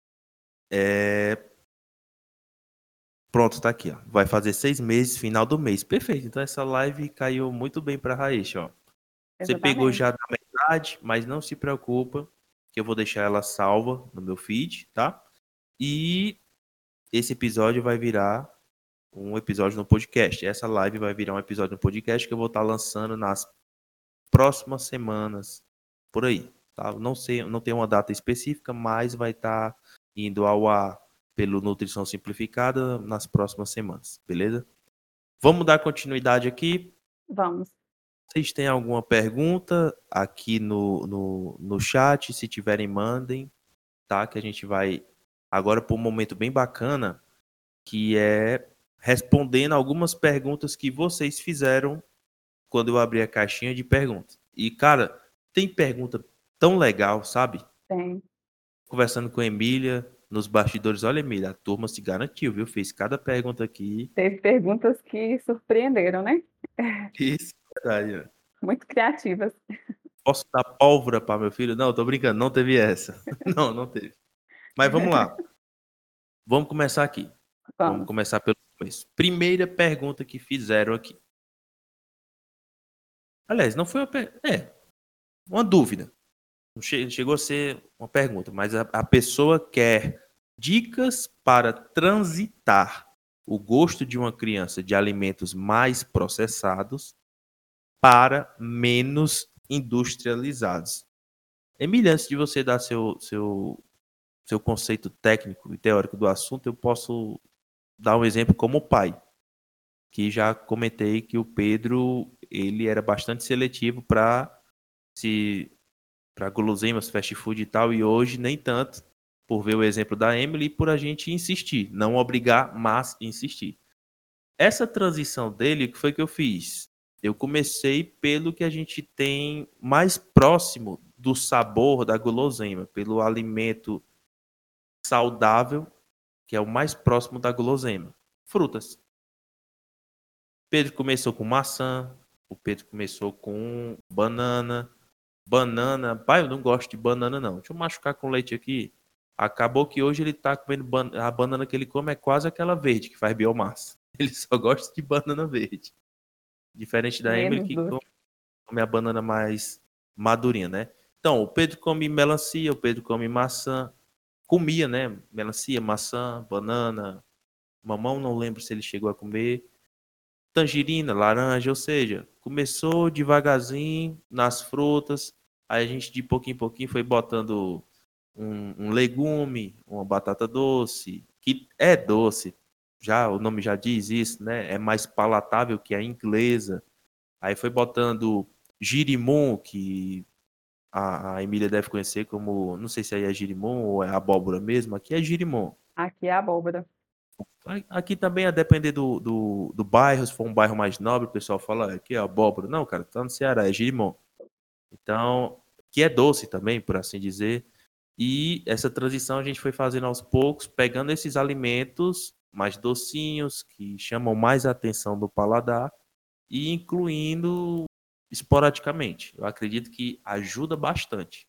Pronto, tá aqui, ó. Vai fazer 6 meses, final do mês. Perfeito. Então essa live caiu muito bem pra Raíssa, ó. Você pegou Exatamente. já da metade, mas não se preocupa, que eu vou deixar ela salva no meu feed, tá? E esse episódio vai virar um episódio no podcast. Essa live vai virar um episódio no podcast que eu vou estar lançando nas próximas semanas, por aí, tá? Não sei, não tem uma data específica, mas vai estar indo ao ar pelo Nutrição Simplificada nas próximas semanas, beleza? Vamos dar continuidade aqui. Vamos. Vocês têm alguma pergunta aqui no chat? Se tiverem, mandem, tá? Que a gente vai agora para um momento bem bacana, que é respondendo algumas perguntas que vocês fizeram quando eu abri a caixinha de perguntas. E, cara, tem pergunta tão legal, sabe? Tem. Conversando com a Emília nos bastidores. Olha, Emília, a turma se garantiu, viu? Fez cada pergunta aqui. Teve perguntas que surpreenderam, né? Isso, é verdade, né? Muito criativas. Posso dar pólvora para meu filho? Não, tô brincando, não teve essa. Não, não teve. Mas vamos lá. Vamos começar aqui. Vamos Vamos. começar pelo começo. Primeira pergunta que fizeram aqui. Aliás, não foi uma dúvida. Não chegou a ser uma pergunta, mas a pessoa quer dicas para transitar o gosto de uma criança de alimentos mais processados para menos industrializados. Emília, antes de você dar seu conceito técnico e teórico do assunto, eu posso dar um exemplo como pai, que já comentei que o Pedro, ele era bastante seletivo se para guloseimas, fast food e tal, e hoje nem tanto, por ver o exemplo da Emily e por a gente insistir, não obrigar, mas insistir. Essa transição dele, o que foi que eu fiz? Eu comecei pelo que a gente tem mais próximo do sabor da guloseima, pelo alimento saudável, que é o mais próximo da guloseima. Frutas. Pedro começou com maçã, o Pedro começou com banana. Banana, pai, eu não gosto de banana não. Deixa eu machucar com leite aqui. Acabou que hoje ele tá comendo a banana que ele come é quase aquela verde que faz biomassa. Ele só gosta de banana verde. Diferente da Emily Menos que doce. come a banana mais madurinha, né? Então, o Pedro come melancia, o Pedro come maçã. Comia, né? Melancia, maçã, banana. Mamão, não lembro se ele chegou a comer. Tangerina, laranja, ou seja, começou devagarzinho nas frutas. Aí a gente de pouquinho em pouquinho foi botando um legume, uma batata doce, que é doce. Já o nome já diz isso, né? É mais palatável que a inglesa. Aí foi botando girimum, que a Emília deve conhecer como, não sei se aí é girimum ou é abóbora mesmo, aqui é girimum. Aqui é abóbora. Aqui também, a depender do bairro, se for um bairro mais nobre, o pessoal fala, aqui é abóbora. Não, cara, tá no Ceará, é girimum. Então, que é doce também, por assim dizer. E essa transição a gente foi fazendo aos poucos, pegando esses alimentos mais docinhos, que chamam mais a atenção do paladar, e incluindo esporadicamente. Eu acredito que ajuda bastante.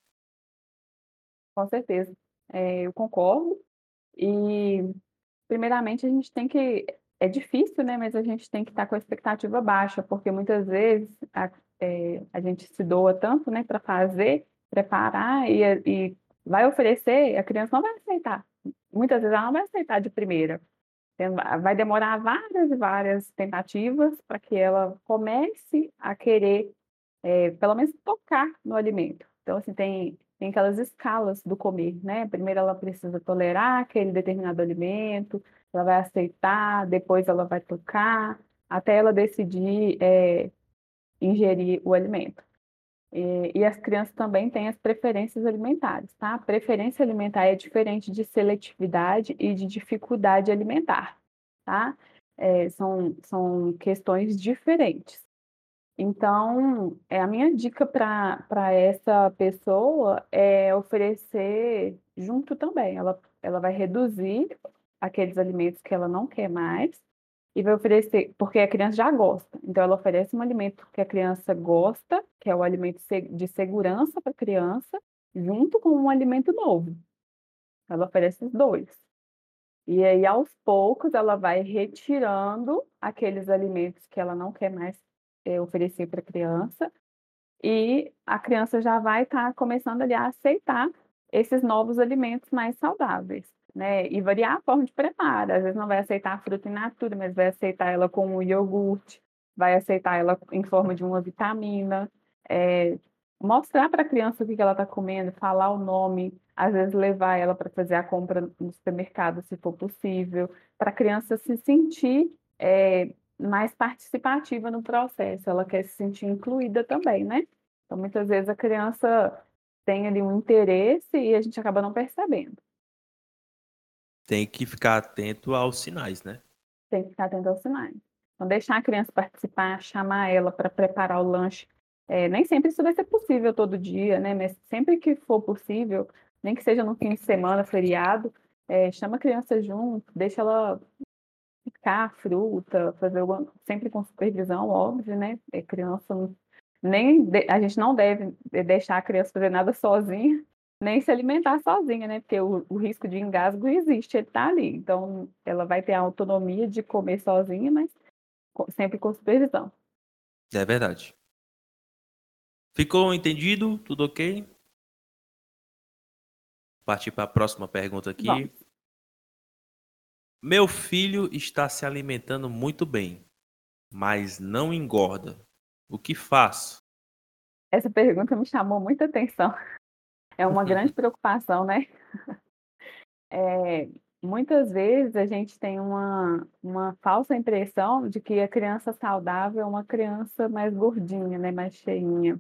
Com certeza. Eu concordo. E, primeiramente, a gente tem que. É difícil, né? Mas a gente tem que estar com a expectativa baixa, porque muitas vezes a gente se doa tanto, né, para fazer, preparar e vai oferecer, a criança não vai aceitar. Muitas vezes ela não vai aceitar de primeira. Vai demorar várias e várias tentativas para que ela comece a querer pelo menos tocar no alimento. Então, assim, tem aquelas escalas do comer, né? Primeiro ela precisa tolerar aquele determinado alimento, ela vai aceitar, depois ela vai tocar, até ela decidir ingerir o alimento. E as crianças também têm as preferências alimentares, tá? Preferência alimentar é diferente de seletividade e de dificuldade alimentar, tá? São questões diferentes. Então, a minha dica para essa pessoa é oferecer junto também. Ela vai reduzir aqueles alimentos que ela não quer mais e vai oferecer, porque a criança já gosta. Então, ela oferece um alimento que a criança gosta, que é o alimento de segurança para a criança, junto com um alimento novo. Ela oferece os dois. E aí, aos poucos, ela vai retirando aqueles alimentos que ela não quer mais oferecer para a criança, e a criança já vai estar começando ali a aceitar esses novos alimentos mais saudáveis, né? E variar a forma de preparo. Às vezes não vai aceitar a fruta in natura, mas vai aceitar ela com o iogurte, vai aceitar ela em forma de uma vitamina. É, mostrar para a criança o que ela está comendo, falar o nome, às vezes levar ela para fazer a compra no supermercado, se for possível, para a criança se sentir mais participativa no processo, ela quer se sentir incluída também, né? Então, muitas vezes a criança tem ali um interesse e a gente acaba não percebendo. Tem que ficar atento aos sinais, né? Tem que ficar atento aos sinais. Então, deixar a criança participar, chamar ela para preparar o lanche. Nem sempre isso vai ser possível todo dia, né? Mas sempre que for possível, nem que seja no fim de semana, feriado, chama a criança junto, deixa ela picar fruta, sempre com supervisão, óbvio, né? Criança a gente não deve deixar a criança fazer nada sozinha, nem se alimentar sozinha, né? Porque o risco de engasgo existe, ele está ali. Então, ela vai ter a autonomia de comer sozinha, mas sempre com supervisão. É verdade. Ficou entendido? Tudo ok? Partir para a próxima pergunta aqui. Vamos. Meu filho está se alimentando muito bem, mas não engorda. O que faço? Essa pergunta me chamou muita atenção. É uma grande preocupação, né? muitas vezes a gente tem uma falsa impressão de que a criança saudável é uma criança mais gordinha, né, mais cheinha.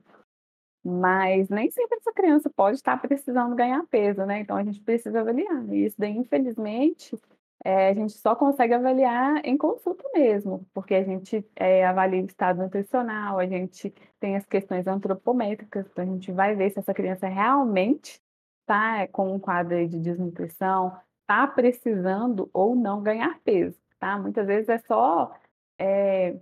Mas nem sempre essa criança pode estar precisando ganhar peso, né, então a gente precisa avaliar. E isso daí, infelizmente, a gente só consegue avaliar em consulta mesmo, porque a gente, avalia o estado nutricional, a gente tem as questões antropométricas, então a gente vai ver se essa criança realmente está com um quadro aí de desnutrição, está precisando ou não ganhar peso, tá. Muitas vezes é só, eh,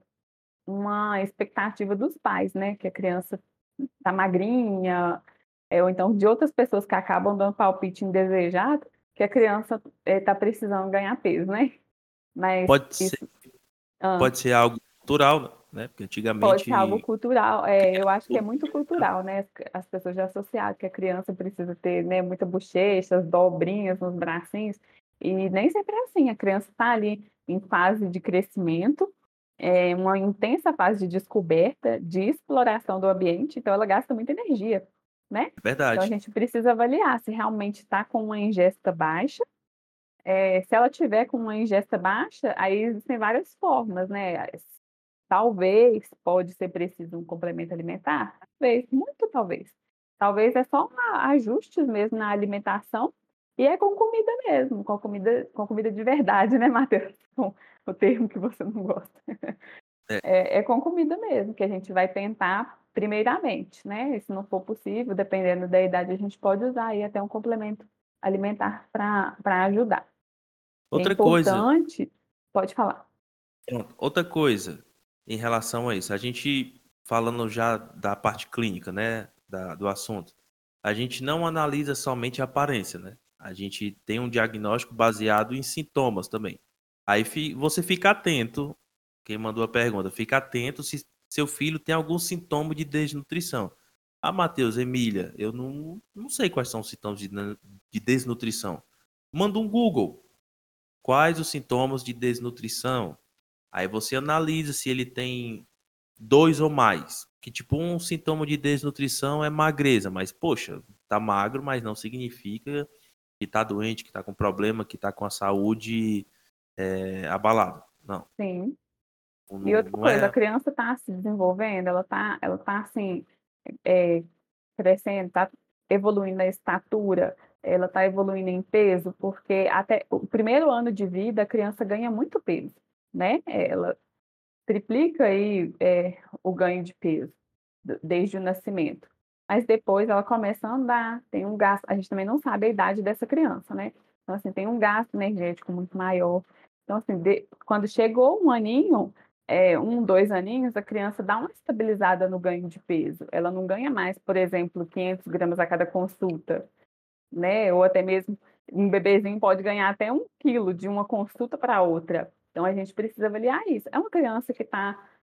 uma expectativa dos pais, né, que a criança tá magrinha, ou então de outras pessoas que acabam dando palpite indesejado, que a criança, tá precisando ganhar peso, né. Mas Pode ser, isso hã. pode ser algo cultural, né? Porque Pode ser algo antigamente. cultural. Eu acho que é muito cultural, né, as pessoas já associaram que a criança precisa ter, né, muita bochecha, as dobrinhas nos bracinhos, e nem sempre é assim, a criança está ali em fase de crescimento, uma intensa fase de descoberta, de exploração do ambiente, então ela gasta muita energia, né. É Então a verdade. gente precisa avaliar se realmente está com uma ingesta baixa. Se ela tiver com uma ingesta baixa, aí existem várias formas, né. Talvez, pode ser preciso um complemento alimentar? Talvez, muito talvez. Talvez é só ajustes mesmo na alimentação, e é com comida mesmo, com comida de verdade, né, Matheus? Com o termo que você não gosta. É. É com comida mesmo, que a gente vai tentar primeiramente, né, e se não for possível, dependendo da idade, a gente pode usar aí até um complemento alimentar para ajudar. É Outra coisa, importante pode falar. pronto, outra coisa em relação a isso, a gente falando já da parte clínica, né, do assunto, a gente não analisa somente a aparência, né? A gente tem um diagnóstico baseado em sintomas também. Aí você fica atento, quem mandou a pergunta, fica atento se seu filho tem algum sintoma de desnutrição. Ah, Matheus, Emília, eu não sei quais são os sintomas de desnutrição. Manda um Google. Quais os sintomas de desnutrição? Aí você analisa se ele tem dois ou mais. Que tipo, um sintoma de desnutrição é magreza, mas poxa, tá magro, mas não significa que tá doente, que tá com problema, que tá com a saúde abalada. Não, Sim. E não, outra não coisa, a é. criança está se desenvolvendo, ela tá assim, eh, crescendo, está evoluindo na estatura, ela está evoluindo em peso, porque até o primeiro ano de vida a criança ganha muito peso, né, ela triplica aí, o ganho de peso, desde o nascimento. Mas depois ela começa a andar, tem um gasto, a gente também não sabe a idade dessa criança, né. Então, assim, tem um gasto energético muito maior. Então, assim, quando chegou 1 aninho, 1, 2 aninhos, a criança dá uma estabilizada no ganho de peso. Ela não ganha mais, por exemplo, 500 gramas a cada consulta, né, ou até mesmo um bebezinho pode ganhar até 1 quilo de uma consulta para outra. Então a gente precisa avaliar isso. É uma criança que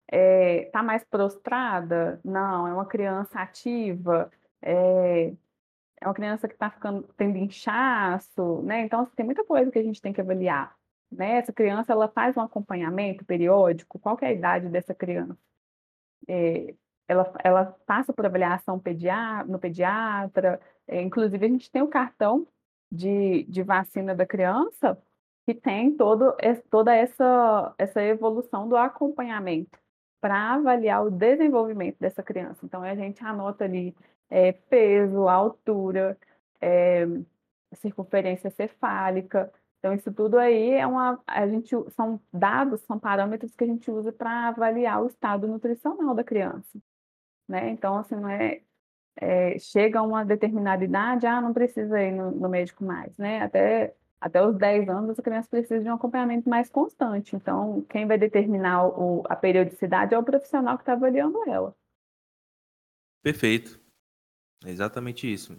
tá mais prostrada? Não. É uma criança ativa? É é uma criança que está ficando tendo inchaço, né, então assim, tem muita coisa que a gente tem que avaliar, né. Essa criança ela faz um acompanhamento periódico? Qual que é a idade dessa criança? Eh, ela passa por avaliação no pediatra, inclusive a gente tem o cartão de vacina da criança, que tem toda essa evolução do acompanhamento, para avaliar o desenvolvimento dessa criança. Então a gente anota ali, peso, altura, eh, circunferência cefálica, então isso tudo aí são dados, são parâmetros que a gente usa para avaliar o estado nutricional da criança, né. Então assim, não chega a uma determinada idade, não precisa ir no médico mais, né, até os 10 anos a criança precisa de um acompanhamento mais constante, então quem vai determinar a periodicidade é o profissional que está avaliando ela. Perfeito. É exatamente isso.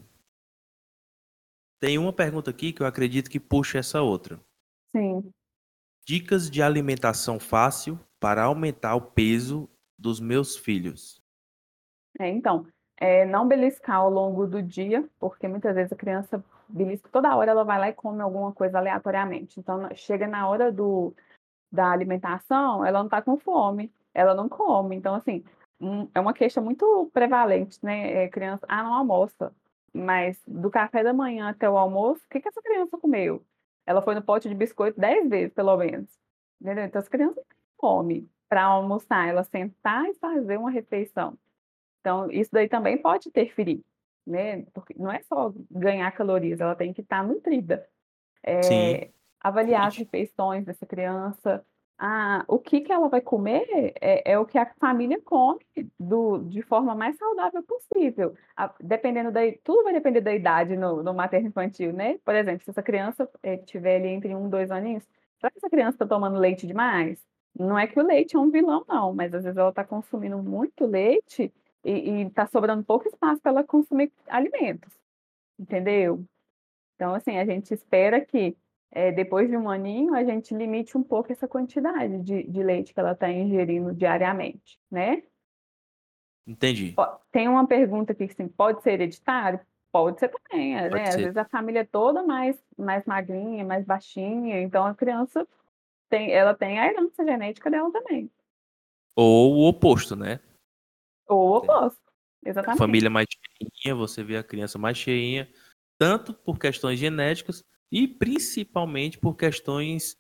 Tem uma pergunta aqui que eu acredito que puxa essa outra. Sim. Dicas de alimentação fácil para aumentar o peso dos meus filhos. Então, não beliscar ao longo do dia, porque muitas vezes a criança belisca toda hora, ela vai lá e come alguma coisa aleatoriamente. Então, chega na hora da alimentação, ela não está com fome, ela não come. Então, assim, é uma queixa muito prevalente, né? Criança, não almoça, mas do café da manhã até o almoço, o que que essa criança comeu? ela foi no pote de biscoito 10 vezes, pelo menos. Entendeu? Então, as crianças têm fome para almoçar, ela sentar e fazer uma refeição. Então, isso daí também pode interferir, né? Porque não é só ganhar calorias, ela tem que estar nutrida. Sim, Avaliar as exatamente. refeições dessa criança. O que que ela vai comer é o que a família come de forma mais saudável possível. Dependendo tudo vai depender da idade no materno infantil, né? Por exemplo, se essa criança tiver ali entre 1 e 2 aninhos, será que essa criança está tomando leite demais? Não é que o leite é um vilão, não, mas às vezes ela está consumindo muito leite e está sobrando pouco espaço para ela consumir alimentos, entendeu? Então, assim, a gente espera que depois de 1 aninho a gente limite um pouco essa quantidade de leite que ela está ingerindo diariamente, né? Entendi. Tem uma pergunta aqui, assim, pode ser hereditário? Pode ser também, Pode né? Às ser. vezes a família é toda mais magrinha, mais baixinha, então a criança ela tem a herança genética dela também. Ou o oposto, né? Ou o oposto, A exatamente. família mais cheinha, você vê a criança mais cheinha, tanto por questões genéticas e principalmente por questões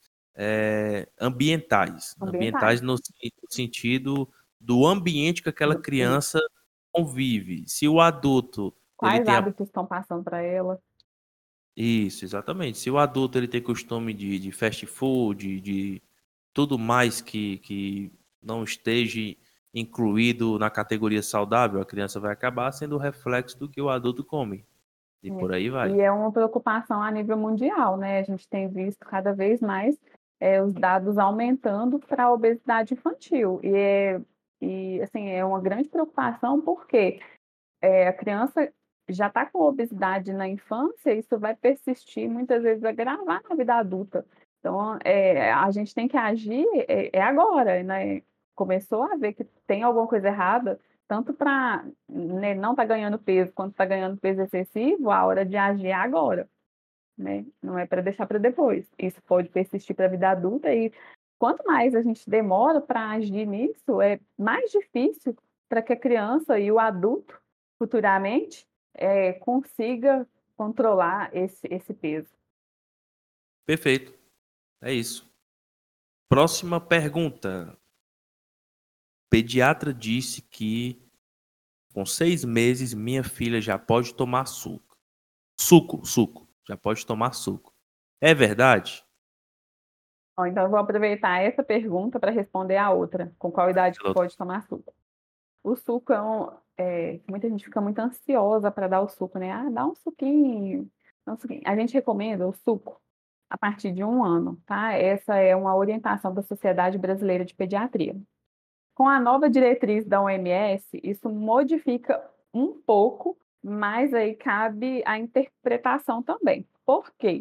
ambientais. Ambientais. Ambientais no sentido do ambiente que aquela Isso. criança convive. Se o adulto ele Quais tem a... hábitos estão passando para ela? Isso, exatamente. Se o adulto ele tem costume de fast food, de tudo mais que não esteja incluído na categoria saudável, a criança vai acabar sendo o reflexo do que o adulto come. E por aí vai. E é uma preocupação a nível mundial, né? A gente tem visto cada vez mais os dados aumentando para a obesidade infantil. Assim, é uma grande preocupação porque a criança já está com obesidade na infância, isso vai persistir, muitas vezes agravar na vida adulta. Então, a gente tem que agir agora, né? Começou a ver que tem alguma coisa errada, tanto para não estar ganhando peso, quanto está ganhando peso excessivo, a hora de agir é agora, né? Não é para deixar para depois. Isso pode persistir para a vida adulta e quanto mais a gente demora para agir nisso, é mais difícil para que a criança e o adulto, futuramente, consiga controlar esse peso. Perfeito. É isso. Próxima pergunta. Pediatra disse que com 6 meses minha filha já pode tomar suco. Suco. Já pode tomar suco. É verdade? Ó, então, eu vou aproveitar essa pergunta para responder a outra: com qual idade que pode tomar suco? O suco muita gente fica muito ansiosa para dar o suco, né? Dá um suquinho, dá um suquinho. A gente recomenda o suco a partir de 1 ano, tá? Essa é uma orientação da Sociedade Brasileira de Pediatria. Com a nova diretriz da OMS, isso modifica um pouco, mas aí cabe a interpretação também. Por quê?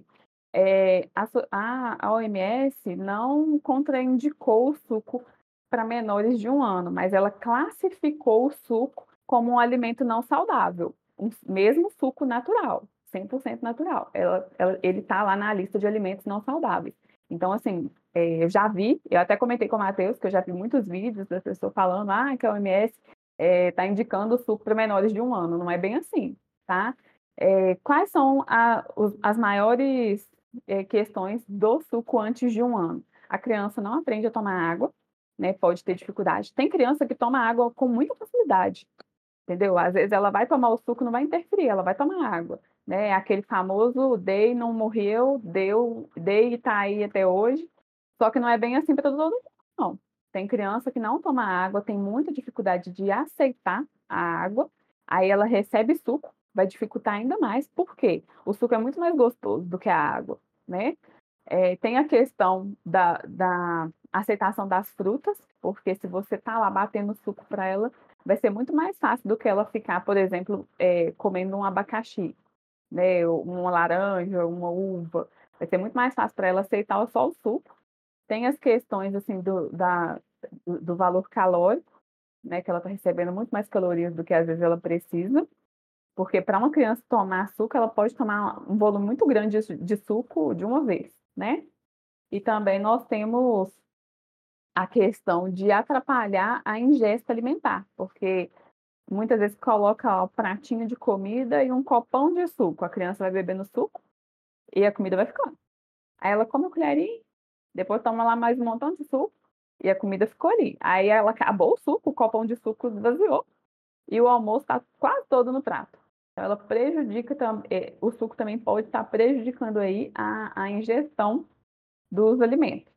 A OMS não contraindicou o suco para menores de 1 ano, mas ela classificou o suco como um alimento não saudável, mesmo suco natural, 100% natural. Ele está lá na lista de alimentos não saudáveis. Então, assim, eu já vi, eu até comentei com o Matheus, que eu já vi muitos vídeos das pessoas falando que a OMS está indicando o suco para menores de 1 ano. Não é bem assim, tá? Quais são as maiores questões do suco antes de 1 ano? A criança não aprende a tomar água, né? Pode ter dificuldade. Tem criança que toma água com muita facilidade, entendeu? Às vezes ela vai tomar o suco, não vai interferir, ela vai tomar água, né? Aquele famoso dei, não morreu, dei e tá aí até hoje. Só que não é bem assim para todo mundo, não. Tem criança que não toma água, tem muita dificuldade de aceitar a água, aí ela recebe suco, vai dificultar ainda mais, por quê? O suco é muito mais gostoso do que a água, né? Tem a questão da aceitação das frutas, porque se você está lá batendo suco para ela, vai ser muito mais fácil do que ela ficar, por exemplo, comendo um abacaxi, né? Uma laranja, uma uva. Vai ser muito mais fácil para ela aceitar só o suco. Tem as questões assim do valor calórico, né? Que ela está recebendo muito mais calorias do que às vezes ela precisa. Porque para uma criança tomar suco, ela pode tomar um volume muito grande de suco de uma vez, né? E também nós temos a questão de atrapalhar a ingesta alimentar, porque muitas vezes coloca ó, pratinho de comida e um copão de suco. A criança vai bebendo suco e a comida vai ficando. Aí ela come a colherinha, depois toma lá mais um montão de suco e a comida ficou ali. Aí ela acabou o suco, o copão de suco esvaziou e o almoço está quase todo no prato. Então ela prejudica também, o suco também pode estar prejudicando aí a ingestão dos alimentos.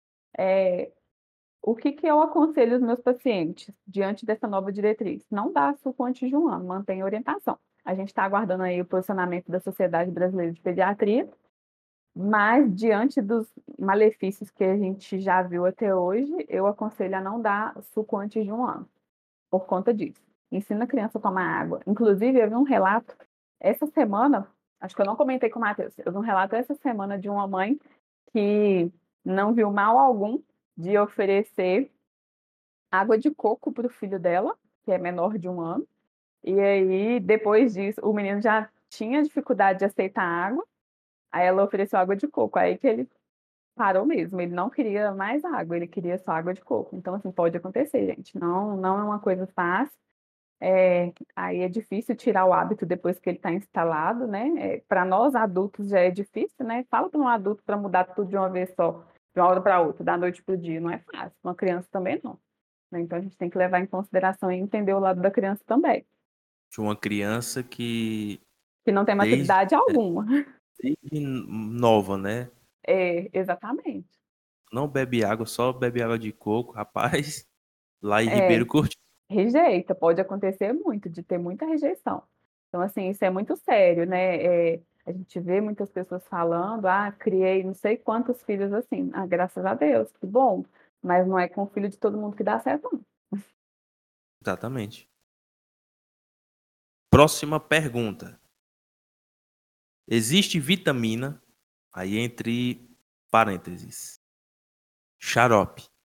O que eu aconselho os meus pacientes diante dessa nova diretriz? Não dá suco antes de um ano, mantenha a orientação. A gente está aguardando aí o posicionamento da Sociedade Brasileira de Pediatria, mas diante dos malefícios que a gente já viu até hoje, eu aconselho a não dar suco antes de um ano, por conta disso. Ensina a criança a tomar água. Inclusive, eu vi um relato essa semana, acho que eu não comentei com o Matheus, eu vi um relato essa semana de uma mãe que não viu mal algum de oferecer água de coco para o filho dela, que é menor de um ano. E aí, depois disso, o menino já tinha dificuldade de aceitar água, aí ela ofereceu água de coco. Aí que ele parou mesmo, ele não queria mais água, ele queria só água de coco. Então, assim, pode acontecer, gente. Não, não é uma coisa fácil. Aí é difícil tirar o hábito depois que ele está instalado, né? Para nós adultos já é difícil, né? Fala para um adulto para mudar tudo de uma vez só, de uma hora para outra, da noite para o dia, não é fácil. Uma criança também não, né? Então a gente tem que levar em consideração e entender o lado da criança também, De uma criança que não tem desde, maturidade alguma. desde nova, né? Exatamente. Não bebe água, só bebe água de coco, rapaz. Lá em É, Ribeiro Curti. rejeita, pode acontecer muito, de ter muita rejeição. Então, assim, isso é muito sério, né? A gente vê muitas pessoas falando, criei não sei quantos filhos assim. Graças a Deus, que bom. Mas não é com o filho de todo mundo que dá certo, não. Exatamente. Próxima pergunta. Existe vitamina, aí entre parênteses, xarope,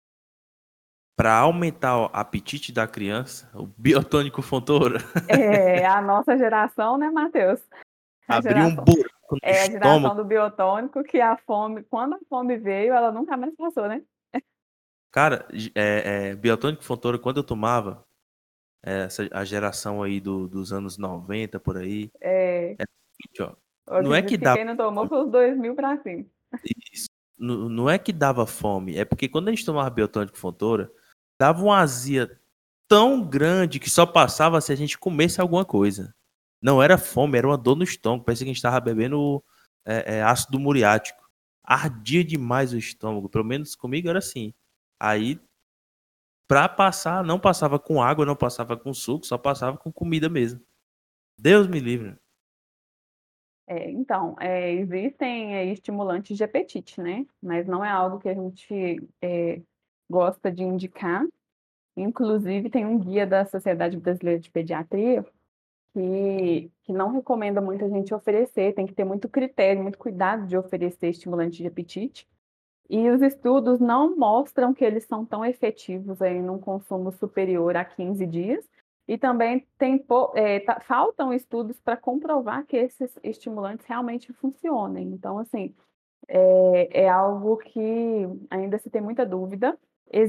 para aumentar o apetite da criança, o biotônico Fontoura, É a nossa geração, né, Matheus? A abrir um geração. buraco no É a estômago. geração do biotônico que a fome, quando a fome veio, ela nunca mais passou, né? Cara, biotônico Fontoura, quando eu tomava, a geração aí dos anos 90 por aí, É, ó, eu não é que acredito que dava quem não tomou fome, foi os 2000 para cima. isso, não é que dava fome, é porque quando a gente tomava biotônico Fontoura, dava uma azia tão grande que só passava se a gente comesse alguma coisa. Não era fome, era uma dor no estômago. Parecia que a gente estava bebendo ácido muriático. Ardia demais o estômago. Pelo menos comigo era assim. Aí, pra passar, não passava com água, não passava com suco, só passava com comida mesmo. Deus me livre. Então, existem estimulantes de apetite, né? Mas não é algo que a gente gosta de indicar. Inclusive, tem um guia da Sociedade Brasileira de Pediatria que não recomenda muito a gente oferecer, tem que ter muito critério, muito cuidado de oferecer estimulante de apetite. E os estudos não mostram que eles são tão efetivos aí num consumo superior a 15 dias. E também faltam estudos para comprovar que esses estimulantes realmente funcionem. Então, assim, é algo que ainda se tem muita dúvida.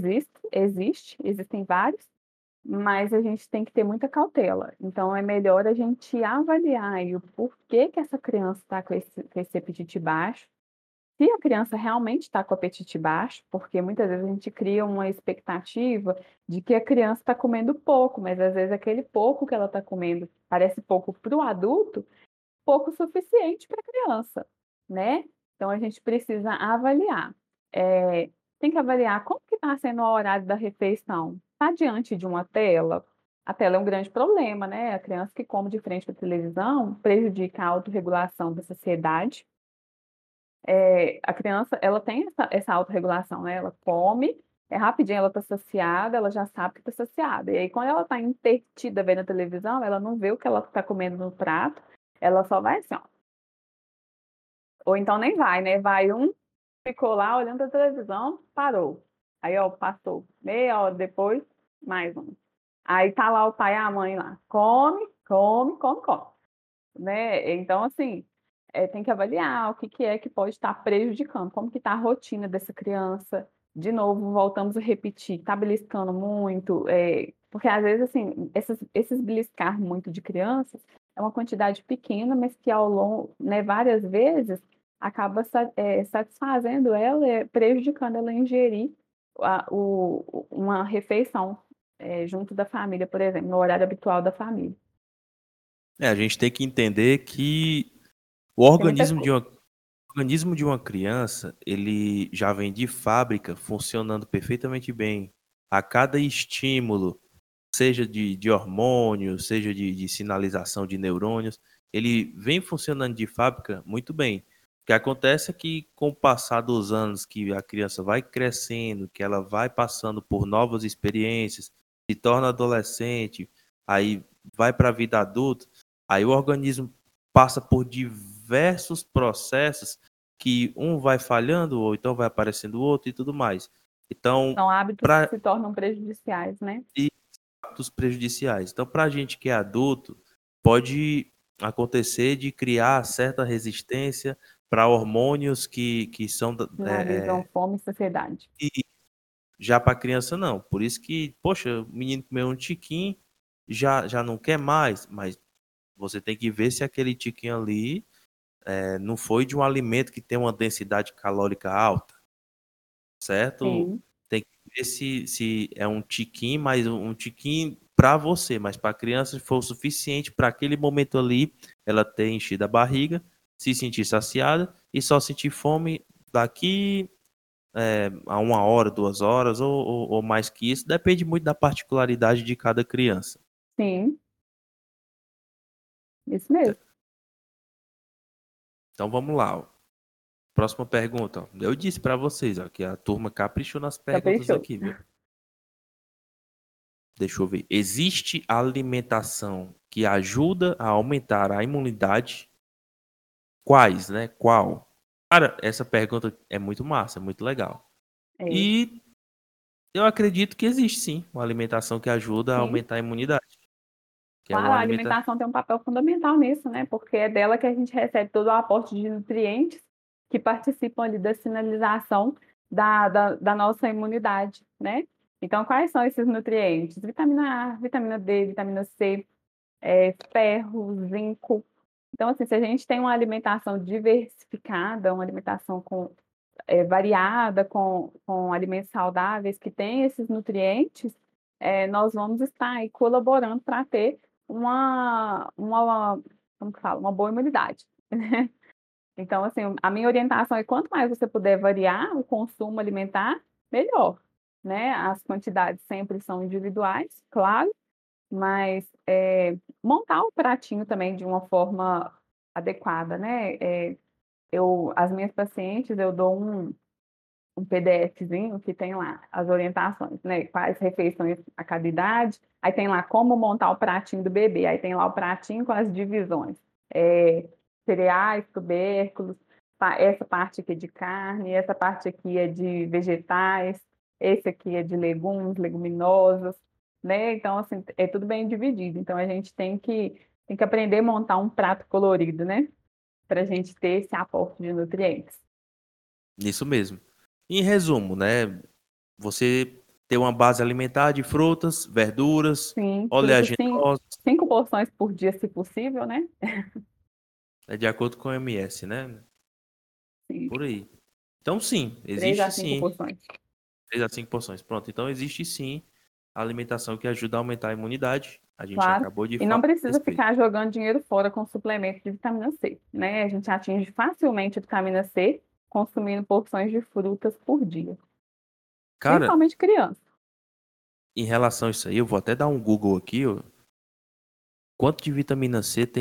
Existem vários, mas a gente tem que ter muita cautela. Então, é melhor a gente avaliar aí o porquê que essa criança está com esse apetite baixo, se a criança realmente está com o apetite baixo, porque muitas vezes a gente cria uma expectativa de que a criança está comendo pouco, mas às vezes aquele pouco que ela está comendo parece pouco para o adulto, pouco suficiente para a criança, né? Então a gente precisa avaliar. Tem que avaliar como que está sendo o horário da refeição. Está diante de uma tela? A tela é um grande problema, né? A criança que come de frente para a televisão prejudica a autorregulação da saciedade. A criança, ela tem essa autorregulação, né? Ela come, rapidinho ela está saciada, ela já sabe que está saciada. E aí, quando ela está entretida vendo a televisão, ela não vê o que ela está comendo no prato, ela só vai assim, ó. Ou então nem vai, né? Vai ficou lá olhando a televisão, parou. Aí, ó, passou. Meia hora depois, mais um. Aí tá lá o pai e a mãe lá. Come, come, come, come. Né? Então, assim, tem que avaliar o que é que pode estar prejudicando, como que está a rotina dessa criança. De novo, voltamos a repetir, está beliscando muito, porque às vezes, assim, esses beliscar muito de crianças é uma quantidade pequena, mas que ao longo, né, várias vezes, acaba satisfazendo ela, prejudicando ela a ingerir uma refeição junto da família, por exemplo, no horário habitual da família. A gente tem que entender que o Tem muita organismo de coisa. uma, o organismo de uma criança, ele já vem de fábrica funcionando perfeitamente bem. A cada estímulo, seja de hormônios, seja de sinalização de neurônios, ele vem funcionando de fábrica muito bem. O que acontece é que, com o passar dos anos, que a criança vai crescendo, que ela vai passando por novas experiências, se torna adolescente, aí vai para a vida adulta, aí o organismo passa por diversos processos que um vai falhando, ou então vai aparecendo o outro e tudo mais. Então, São hábitos que para se tornam prejudiciais, né? impactos prejudiciais. Então, para a gente que é adulto, pode acontecer de criar certa resistência para hormônios que são Sinalizam fome e saciedade. e já para criança não. Por isso que, poxa, o menino comeu um tiquinho, já não quer mais, mas você tem que ver se aquele tiquinho ali não foi de um alimento que tem uma densidade calórica alta, certo? Sim, Tem que ver se é um tiquinho, mas um tiquinho para você, mas para a criança for o suficiente para aquele momento ali ela ter enchido a barriga, se sentir saciada e só sentir fome daqui a 1 hora, 2 horas ou mais que isso, depende muito da particularidade de cada criança. sim, isso mesmo. Então vamos lá. Ó. Próxima pergunta. Ó. Eu disse para vocês ó, que a turma caprichou nas perguntas Caprichou. aqui, viu? Deixa eu ver. Existe alimentação que ajuda a aumentar a imunidade? Quais, né? Qual? Cara, essa pergunta é muito massa, é muito legal. É, E eu acredito que existe sim uma alimentação que ajuda a sim. aumentar a imunidade. Que é Claro, uma a alimentação. alimentação tem um papel fundamental nisso, né? Porque é dela que a gente recebe todo o aporte de nutrientes que participam ali da sinalização da nossa imunidade, né? Então, quais são esses nutrientes? Vitamina A, vitamina D, vitamina C, ferro, zinco. Então, assim, se a gente tem uma alimentação diversificada, uma alimentação variada, com alimentos saudáveis que têm esses nutrientes, nós vamos estar aí colaborando para ter como que fala? Uma boa imunidade. Então, assim, a minha orientação é quanto mais você puder variar o consumo alimentar, melhor, né? As quantidades sempre são individuais, claro, mas montar o pratinho também de uma forma adequada, né? As minhas pacientes, eu dou um PDFzinho que tem lá as orientações, né? Quais refeições a cada idade, aí tem lá como montar o pratinho do bebê, aí tem lá o pratinho com as divisões. Cereais, tubérculos, essa parte aqui é de carne, essa parte aqui é de vegetais, esse aqui é de legumes, leguminosas, né? Então, assim, é tudo bem dividido. Então, a gente tem que aprender a montar um prato colorido, né? Para a gente ter esse aporte de nutrientes. Isso mesmo. Em resumo, né? Você ter uma base alimentar de frutas, verduras, Sim, frutas, sim, oleaginosas, 5 porções por dia, se possível, né? de acordo com o MS, né? Sim, Por aí. Então, sim, três a existe cinco sim. porções. 3 a 5 porções. Pronto. Então, existe sim a alimentação que ajuda a aumentar a imunidade. A gente Claro. acabou de E não falar a precisa respeito. ficar jogando dinheiro fora com suplemento de vitamina C, né? A gente atinge facilmente a vitamina C consumindo porções de frutas por dia, Cara, principalmente criança. em relação a isso aí, eu vou até dar um Google aqui, ó. Quanto de vitamina C tem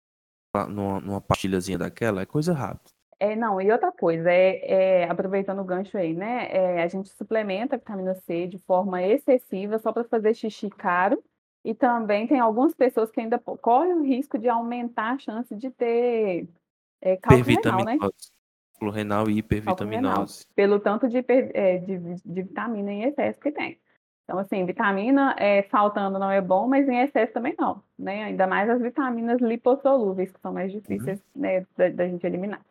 numa pastilhazinha daquela? É coisa rápida. Não, e outra coisa, aproveitando o gancho aí, né? A gente suplementa a vitamina C de forma excessiva só para fazer xixi caro. E também tem algumas pessoas que ainda correm o risco de aumentar a chance de ter cálculo renal, né? Hipervitaminose. Cálculo renal e Cálculo renal, hipervitaminose. pelo tanto de vitamina em excesso que tem. Então, assim, vitamina faltando não é bom, mas em excesso também não, né? Ainda mais as vitaminas lipossolúveis, que são mais Uhum. difíceis, né, da gente eliminar.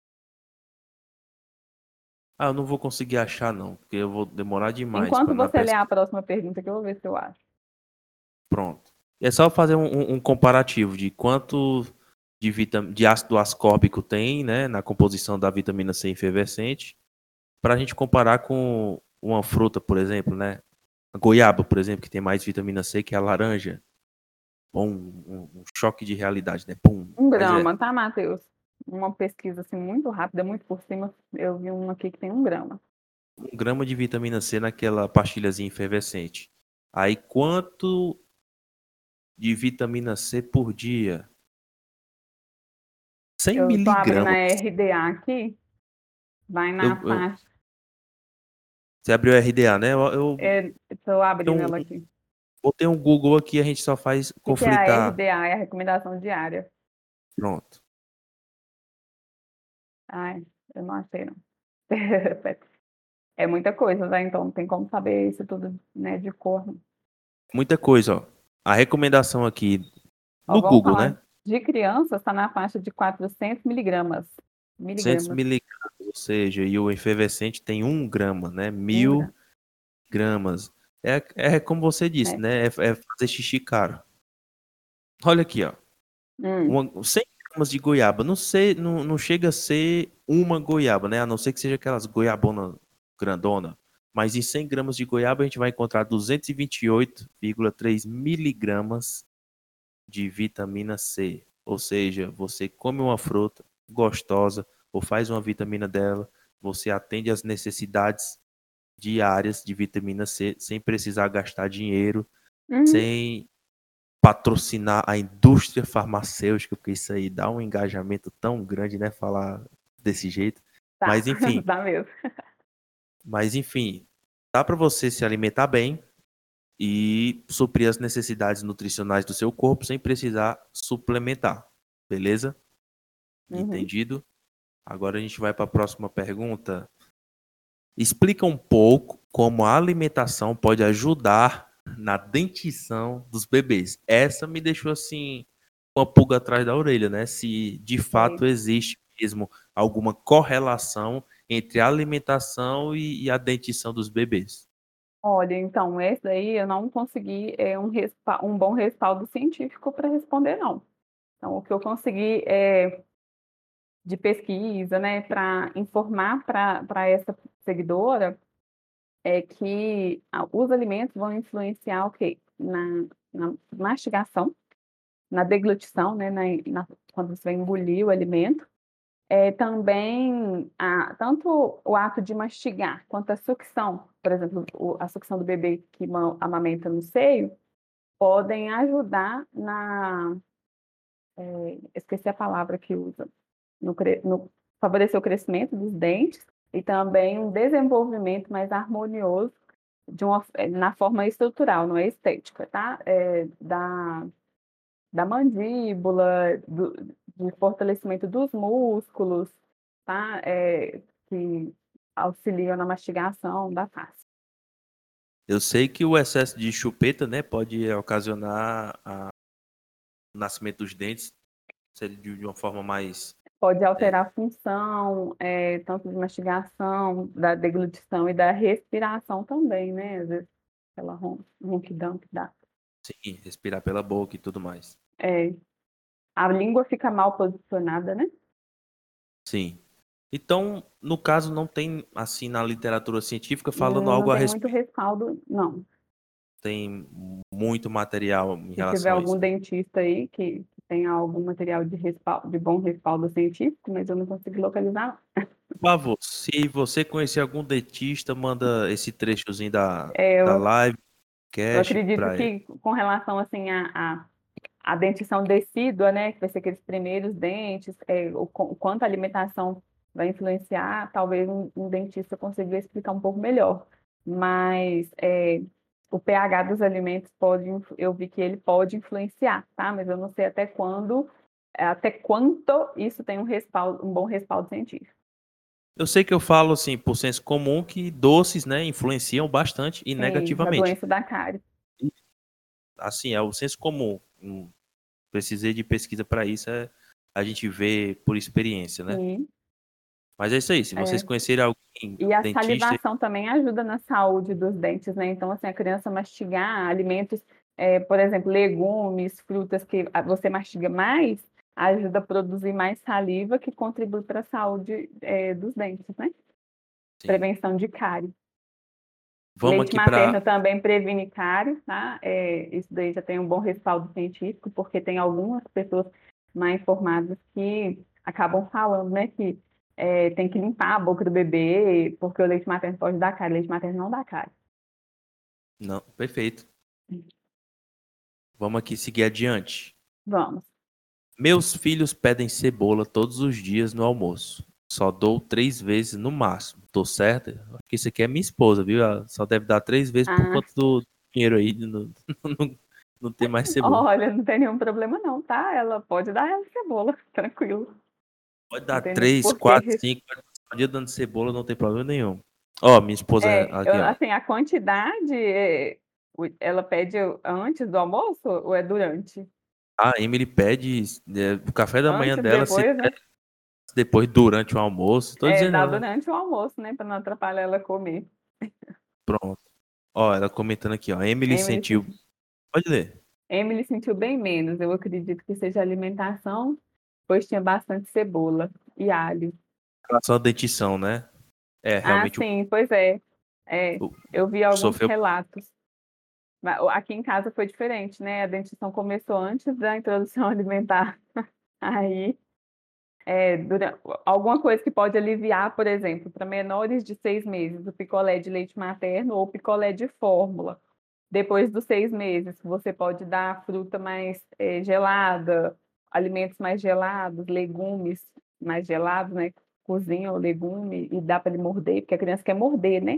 Ah, eu não vou conseguir achar, não, porque eu vou demorar demais Enquanto para na você lê a pesquisa. próxima pergunta, que eu vou ver se eu acho. Pronto. É só fazer um comparativo de quanto de ácido ascórbico tem, né, na composição da vitamina C efervescente, para a gente comparar com uma fruta, por exemplo, né? A goiaba, por exemplo, que tem mais vitamina C que a laranja. Bom, um choque de realidade, né? Pum. Um Mas grama, tá, Matheus? Uma pesquisa assim muito rápida, muito por cima, eu vi uma aqui que tem 1 grama. 1 grama de vitamina C naquela pastilhazinha efervescente. Aí, quanto de vitamina C por dia? 100 Eu tô abrindo a miligramas. RDA aqui, vai na faixa. Você abriu o RDA, né? Eu Estou abrindo tenho ela aqui. botei um Google aqui, a gente só faz O que é a conflitar. RDA? É a recomendação diária. Pronto. Ai, eu não achei, não. É muita coisa, né? Então não tem como saber isso tudo, né, de cor. Não. Muita coisa, ó. A recomendação aqui Ó, no vamos Google, né? falar de crianças, está na faixa de 400 miligramas. 200 Miligramas, miligramas, ou seja, e o efervescente tem 1 grama, né? 1000 1 grama, gramas. É como você disse, né? né? É fazer xixi caro. Olha aqui, ó. 100 gramas de goiaba. Não chega a ser uma goiaba, né? A não ser que seja aquelas goiabona grandona. Mas em 100 gramas de goiaba a gente vai encontrar 228,3 miligramas de vitamina C. Ou seja, você come uma fruta gostosa ou faz uma vitamina dela, você atende às necessidades diárias de vitamina C sem precisar gastar dinheiro, Uhum, sem patrocinar a indústria farmacêutica, porque isso aí dá um engajamento tão grande, né, falar desse jeito. tá, Mas enfim, tá mesmo. dá para você se alimentar bem e suprir as necessidades nutricionais do seu corpo sem precisar suplementar. Beleza? Uhum. Entendido? Agora a gente vai para a próxima pergunta. Explica um pouco como a alimentação pode ajudar na dentição dos bebês. Essa me deixou assim, uma pulga atrás da orelha, né? Se de É. fato existe mesmo alguma correlação entre a alimentação e a dentição dos bebês. Olha, então, esse daí eu não consegui um bom respaldo científico para responder, não. Então, o que eu consegui de pesquisa, né, para informar para essa seguidora é que os alimentos vão influenciar o quê? Na mastigação, na deglutição, né, quando você vai engolir o alimento. Também, tanto o ato de mastigar quanto a sucção, por exemplo, a sucção do bebê que amamenta no seio, podem ajudar esqueci a palavra que usa, no favorecer o crescimento dos dentes e também um desenvolvimento mais harmonioso na forma estrutural, não é estética, tá? Da mandíbula, de fortalecimento dos músculos, tá? Que auxiliam na mastigação da face. Eu sei que o excesso de chupeta, né, pode ocasionar o nascimento dos dentes, seria de uma forma mais Pode é, alterar a função, tanto de mastigação, da deglutição e da respiração também, né? Às vezes, aquela ronquidão que dá. sim, respirar pela boca e tudo mais. É, a língua fica mal posicionada, né? Sim. Então, no caso, não tem, assim, na literatura científica falando Não algo a tem muito respeito. respaldo, não. Tem muito material em Se tiver relação a algum isso, né? dentista aí que tenha algum material de bom respaldo científico, mas eu não consigo localizar. Por favor, se você conhecer algum dentista, manda esse trechozinho da, É, da eu, live, eu cast, acredito para ele. que com relação assim a dentição decídua, né, que vai ser aqueles primeiros dentes, o quanto a alimentação vai influenciar, talvez um dentista consiga explicar um pouco melhor. Mas o pH dos alimentos eu vi que ele pode influenciar, tá? Mas eu não sei até quanto isso tem um bom respaldo científico. Eu sei que eu falo, assim, por senso comum, que doces, né, influenciam bastante e Sim, na negativamente. doença da cárie. E, assim, é o senso comum. Não precisei de pesquisa para isso, a gente vê por experiência, né? Sim, Mas é isso aí. Se vocês é. conhecerem alguém E a dentista, salivação também ajuda na saúde dos dentes, né? Então, assim, a criança mastigar alimentos, por exemplo, legumes, frutas que você mastiga mais, ajuda a produzir mais saliva, que contribui para a saúde dos dentes, né? Sim. Prevenção de cárie. Vamos Leite aqui para. materno também previne cárie, tá? Isso daí já tem um bom respaldo científico, porque tem algumas pessoas mal informadas que acabam falando, né, que tem que limpar a boca do bebê, porque o leite materno pode dar cárie. Leite materno não dá cárie. Não, perfeito. Vamos aqui seguir adiante. Vamos. Meus filhos pedem cebola todos os dias no almoço. Só dou 3 vezes no máximo. Tô certo? Acho que isso aqui é minha esposa, viu? Ela só deve dar 3 vezes por Ah, conta do dinheiro aí de não ter mais cebola. olha, não tem nenhum problema não, tá? Ela pode dar ela cebola, tranquilo. Pode Não dar tem nem 3, 4, porquê. 5, pode dia dando cebola, não tem problema nenhum. Ó, minha esposa aqui, ó. Assim, a quantidade, ela pede antes do almoço ou é durante? A Emily pede o café da manhã Antes, dela, se depois, né? depois, durante o almoço. Tô dizendo, Dá ela. durante o almoço, né? Para não atrapalhar ela comer. Pronto. Ó, ela comentando aqui, ó. Emily Emily, sentiu. Pode ler. Emily sentiu bem menos. Eu acredito que seja alimentação, pois tinha bastante cebola e alho. Em relação à dentição, né? É, Ah, realmente sim, pois é. É, o- eu vi alguns sofreu. relatos. Aqui em casa foi diferente, né? A dentição começou antes da introdução alimentar. Aí, alguma coisa que pode aliviar, por exemplo, para menores de 6 meses, o picolé de leite materno ou picolé de fórmula. Depois dos 6 meses, você pode dar fruta mais gelada, alimentos mais gelados, legumes mais gelados, né? Cozinha o legume e dá para ele morder, porque a criança quer morder, né?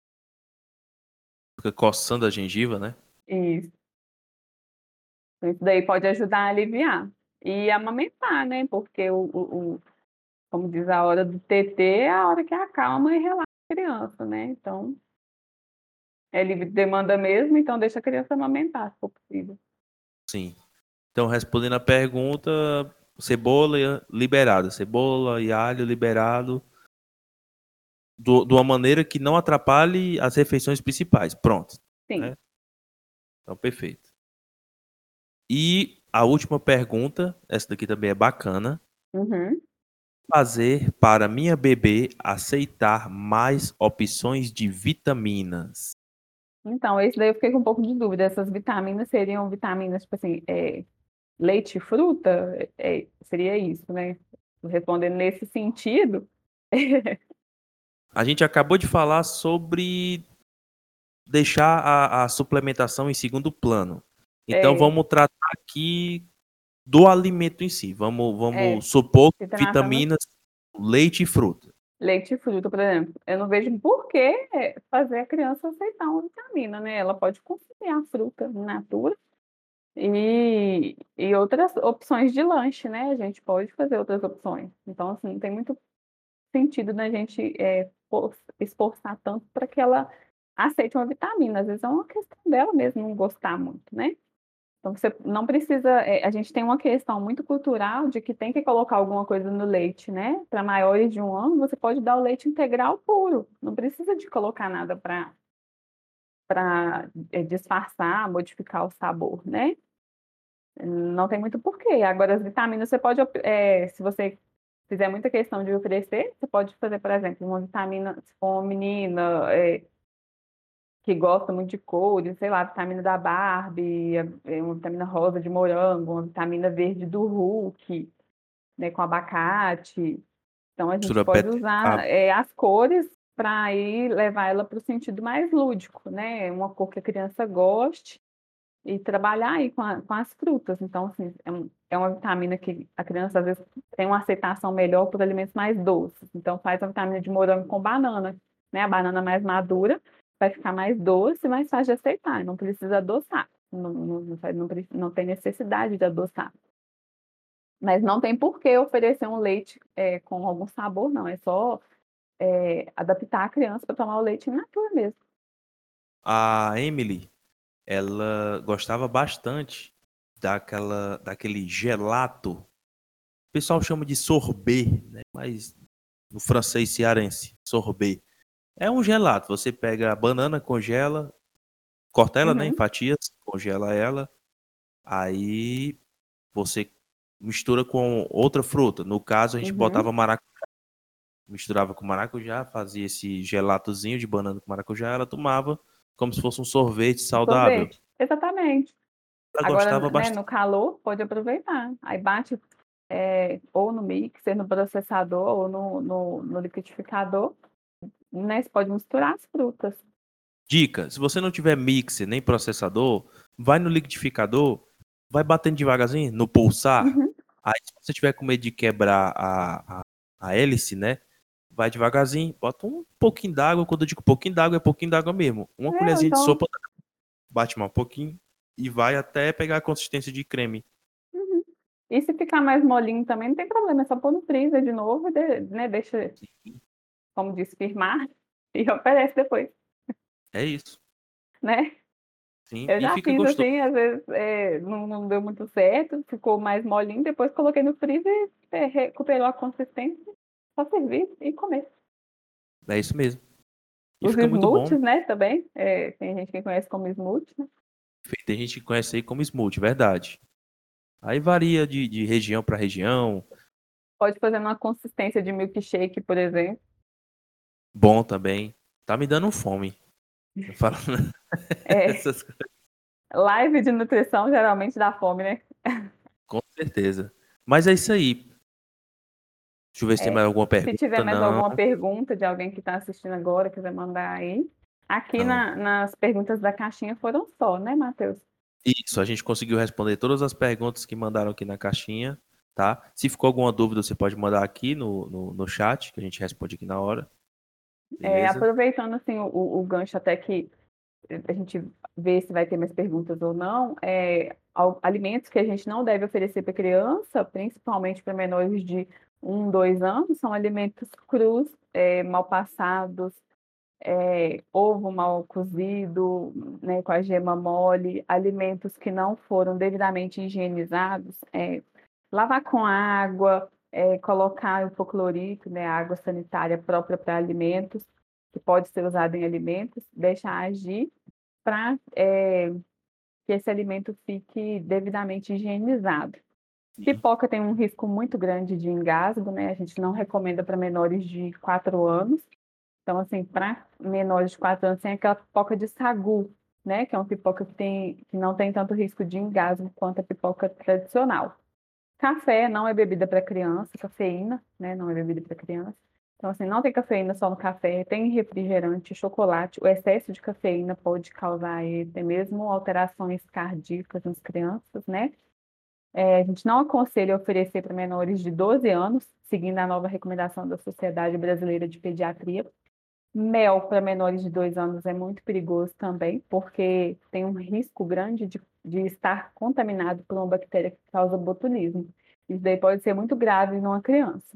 Fica coçando a gengiva, né? Isso. Isso daí pode ajudar a aliviar. E amamentar, né? Porque como diz, a hora do TT é a hora que acalma e relaxa a criança, né? Então, é livre de demanda mesmo, então deixa a criança amamentar, se for possível. Sim. Então, respondendo a pergunta, liberada. Cebola e alho liberado de uma maneira que não atrapalhe as refeições principais. Pronto. Sim. Né? Então, perfeito. E a última pergunta, essa daqui também é bacana. Uhum. Fazer para minha bebê aceitar mais opções de vitaminas. Então, esse daí eu fiquei com um pouco de dúvida. Essas vitaminas seriam vitaminas, tipo assim, leite e fruta? Seria isso, né? Respondendo nesse sentido. A gente acabou de falar sobre deixar a suplementação em segundo plano. Então É, vamos tratar aqui do alimento em si. é, Vamos supor se que tratando vitaminas, leite e fruta. leite e fruta, por exemplo. Eu não vejo por que fazer a criança aceitar uma vitamina, né? Ela pode consumir a fruta in natura e outras opções de lanche, né? A gente pode fazer outras opções. Então, assim, não tem muito sentido da gente esforçar tanto para que ela aceite uma vitamina. Às vezes é uma questão dela mesmo não gostar muito, né? Então você não precisa. A gente tem uma questão muito cultural de que tem que colocar alguma coisa no leite, né? Para maiores de 1 ano, você pode dar o leite integral puro. Não precisa de colocar nada para disfarçar, modificar o sabor, né? Não tem muito porquê. Agora, as vitaminas você pode, se você fizer muita questão de oferecer, você pode fazer, por exemplo, uma vitamina, se for uma menina que gosta muito de cores, sei lá, a vitamina da Barbie, uma vitamina rosa de morango, uma vitamina verde do Hulk, né, com abacate. Então, a gente Mistura pode usar as cores para aí levar ela para o sentido mais lúdico, né? Uma cor que a criança goste e trabalhar aí com as frutas. Então, assim, é uma vitamina que a criança às vezes tem uma aceitação melhor por alimentos mais doces. Então, faz a vitamina de morango com banana, né? A banana mais madura vai ficar mais doce e mais fácil de aceitar. Não precisa adoçar. Não tem necessidade de adoçar. Mas não tem por que oferecer um leite com algum sabor, não. É só adaptar a criança para tomar o leite in natura mesmo. A Emily, ela gostava bastante daquele gelato. O pessoal chama de sorbet, né? Mas no francês cearense, sorbet. É um gelato. Você pega a banana, congela, corta ela, né, em Uhum. fatias, congela ela. Aí você mistura com outra fruta. No caso, a gente Uhum. botava maracujá, misturava com maracujá, fazia esse gelatozinho de banana com maracujá, ela tomava como se fosse um sorvete Um saudável. sorvete. Exatamente. Ela Agora, gostava né, bastante. no calor, pode aproveitar. Aí bate ou no mixer, no processador, ou no liquidificador, né? Você pode misturar as frutas. Dica: se você não tiver mixer nem processador, vai no liquidificador, vai batendo devagarzinho no pulsar. Uhum. Aí, se você tiver com medo de quebrar a hélice, né? Vai devagarzinho, bota um pouquinho d'água. Quando eu digo pouquinho d'água, é pouquinho d'água mesmo. Uma colherzinha de Então, sopa, bate mais um pouquinho e vai até pegar a consistência de creme. uhum. E se ficar mais molinho também, não tem problema, é só pôr no freezer de novo, né? Deixa, como diz, firmar e oferece depois, É isso. né? Sim, Eu e já fica fiz gostoso. assim, às vezes não deu muito certo, ficou mais molinho, depois coloquei no freezer, recuperou a consistência, só servir e comer. É isso mesmo. E Os fica muito bom. smoothies, né, também, tem gente que conhece como smoothie, né? Tem gente que conhece aí como smoothie, verdade. Aí varia de região para região. Pode fazer uma consistência de milkshake, por exemplo. Bom também. Tá me dando fome. Falando É, essas coisas. live de nutrição geralmente dá fome, né? Com certeza. Mas é isso aí. Deixa eu ver se tem É, mais alguma se tiver pergunta. mais Não, alguma pergunta de alguém que está assistindo agora, quiser mandar aí. Aqui não. nas perguntas da caixinha foram só, né, Matheus? Isso, a gente conseguiu responder todas as perguntas que mandaram aqui na caixinha, tá? Se ficou alguma dúvida, você pode mandar aqui no chat, que a gente responde aqui na hora. Beleza? Aproveitando assim o gancho até que a gente vê se vai ter mais perguntas ou não, alimentos que a gente não deve oferecer para criança, principalmente para menores de 1, 2 anos, são alimentos crus, mal passados, ovo mal cozido, né, com a gema mole, alimentos que não foram devidamente higienizados, lavar com água, colocar hipoclorito, né, água sanitária própria para alimentos, que pode ser usada em alimentos, deixar agir para que esse alimento fique devidamente higienizado. Sim. Pipoca tem um risco muito grande de engasgo, né? A gente não recomenda para menores de 4 anos. Então, assim, para menores de 4 anos, tem aquela pipoca de sagu, né? Que é uma pipoca que não tem tanto risco de engasgo quanto a pipoca tradicional. Café não é bebida para criança, cafeína, né? Não é bebida para criança. Então, assim, não tem cafeína só no café, tem refrigerante, chocolate. O excesso de cafeína pode causar até mesmo alterações cardíacas nas crianças, né? A gente não aconselha oferecer para menores de 12 anos, seguindo a nova recomendação da Sociedade Brasileira de Pediatria. Mel para menores de 2 anos é muito perigoso também, porque tem um risco grande de estar contaminado por uma bactéria que causa botulismo. Isso daí pode ser muito grave numa criança.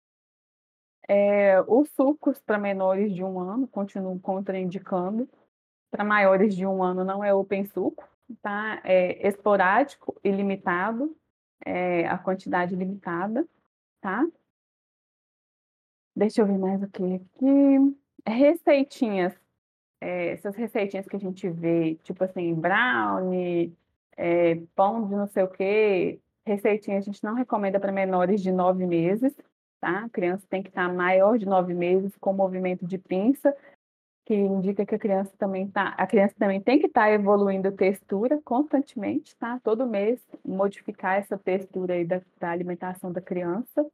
Os sucos para menores de 1 ano continuam contraindicando. Para maiores de 1 ano não é open suco, tá? É esporádico e limitado, a quantidade limitada, tá? Deixa eu ver mais o que aqui. Receitinhas. Essas receitinhas que a gente vê, tipo assim, brownie, pão de não sei o quê, receitinha a gente não recomenda para menores de 9 meses, tá? A criança tem que estar maior de 9 meses com movimento de pinça, que indica que a criança também tem que estar evoluindo a textura constantemente, tá? Todo mês modificar essa textura aí da alimentação da criança.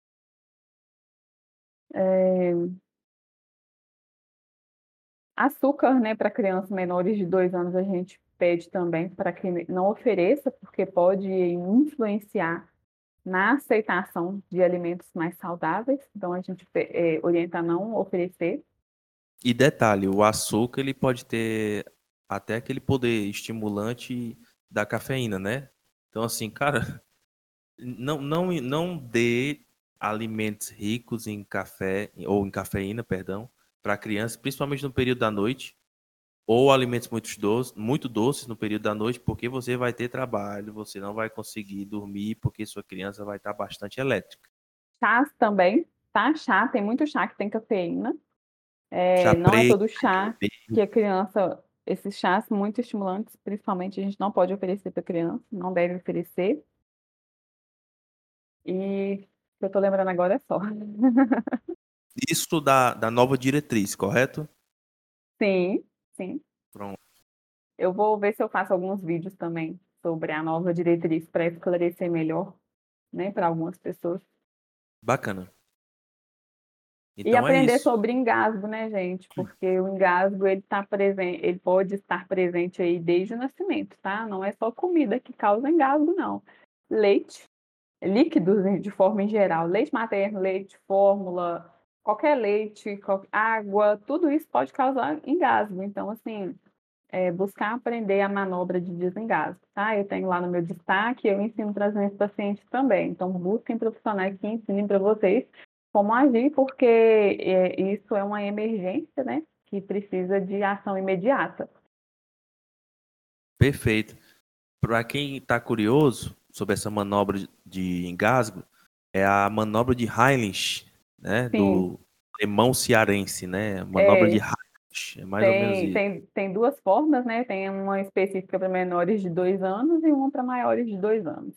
Açúcar, né, para crianças menores de 2 anos, a gente pede também para que não ofereça, porque pode influenciar na aceitação de alimentos mais saudáveis. Então, a gente orienta a não oferecer. E detalhe, o açúcar ele pode ter até aquele poder estimulante da cafeína, né? Então, assim, cara, não dê alimentos ricos em café ou em cafeína, perdão, para crianças, principalmente no período da noite, ou alimentos muito doces no período da noite, porque você vai ter trabalho, você não vai conseguir dormir, porque sua criança vai estar bastante elétrica. Chás também, tá? Chá, tem muito chá que tem cafeína. Chá Não é preto, todo chá que a criança, esses chás muito estimulantes, principalmente, a gente não pode oferecer para criança, não deve oferecer. E o que eu tô lembrando agora é só. Isso da nova diretriz, correto? Sim, sim. Pronto. Eu vou ver se eu faço alguns vídeos também sobre a nova diretriz para esclarecer melhor, né, para algumas pessoas. Bacana. E Então é aprender isso. sobre engasgo, né, gente? Porque o engasgo ele tá presente, ele pode estar presente aí desde o nascimento, tá? Não é só comida que causa engasgo, não. Leite, líquidos de forma em geral, leite materno, leite, fórmula, qualquer leite, água, tudo isso pode causar engasgo. Então, assim, buscar aprender a manobra de desengasgo, tá? Eu tenho lá no meu destaque, eu ensino para os meus pacientes também. Então, busquem profissionais que ensinem para vocês como agir, porque isso é uma emergência, né? Que precisa de ação imediata. Perfeito. Para quem está curioso sobre essa manobra de engasgo, é a manobra de Heinrich, né? Sim, Do alemão cearense, né? Manobra de é, Heinrich. É mais ou menos isso. tem duas formas, né? Tem uma específica para menores de 2 anos e uma para maiores de 2 anos.